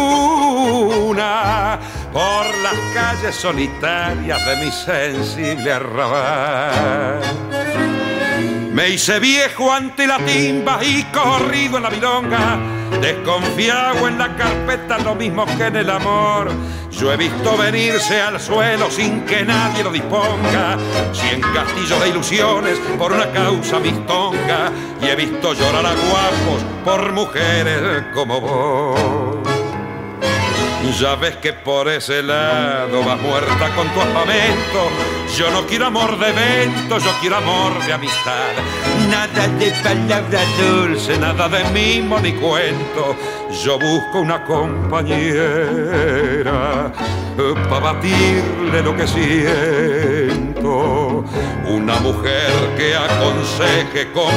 Speaker 4: luna por las calles solitarias de mi sensible arrabal. Me hice viejo ante la timba y corrido en la milonga, desconfiado en la carpeta lo mismo que en el amor. Yo he visto venirse al suelo sin que nadie lo disponga, cien castillos de ilusiones por una causa mistonga, y he visto llorar a guapos por mujeres como vos. Ya ves que por ese lado vas muerta con tu armamento. Yo no quiero amor de evento, yo quiero amor de amistad. Nada de palabra dulce, nada de mimo ni cuento. Yo busco una compañera para batirle lo que siento. Una mujer que aconseje con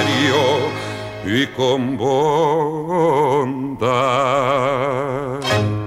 Speaker 4: criterio y con bondad.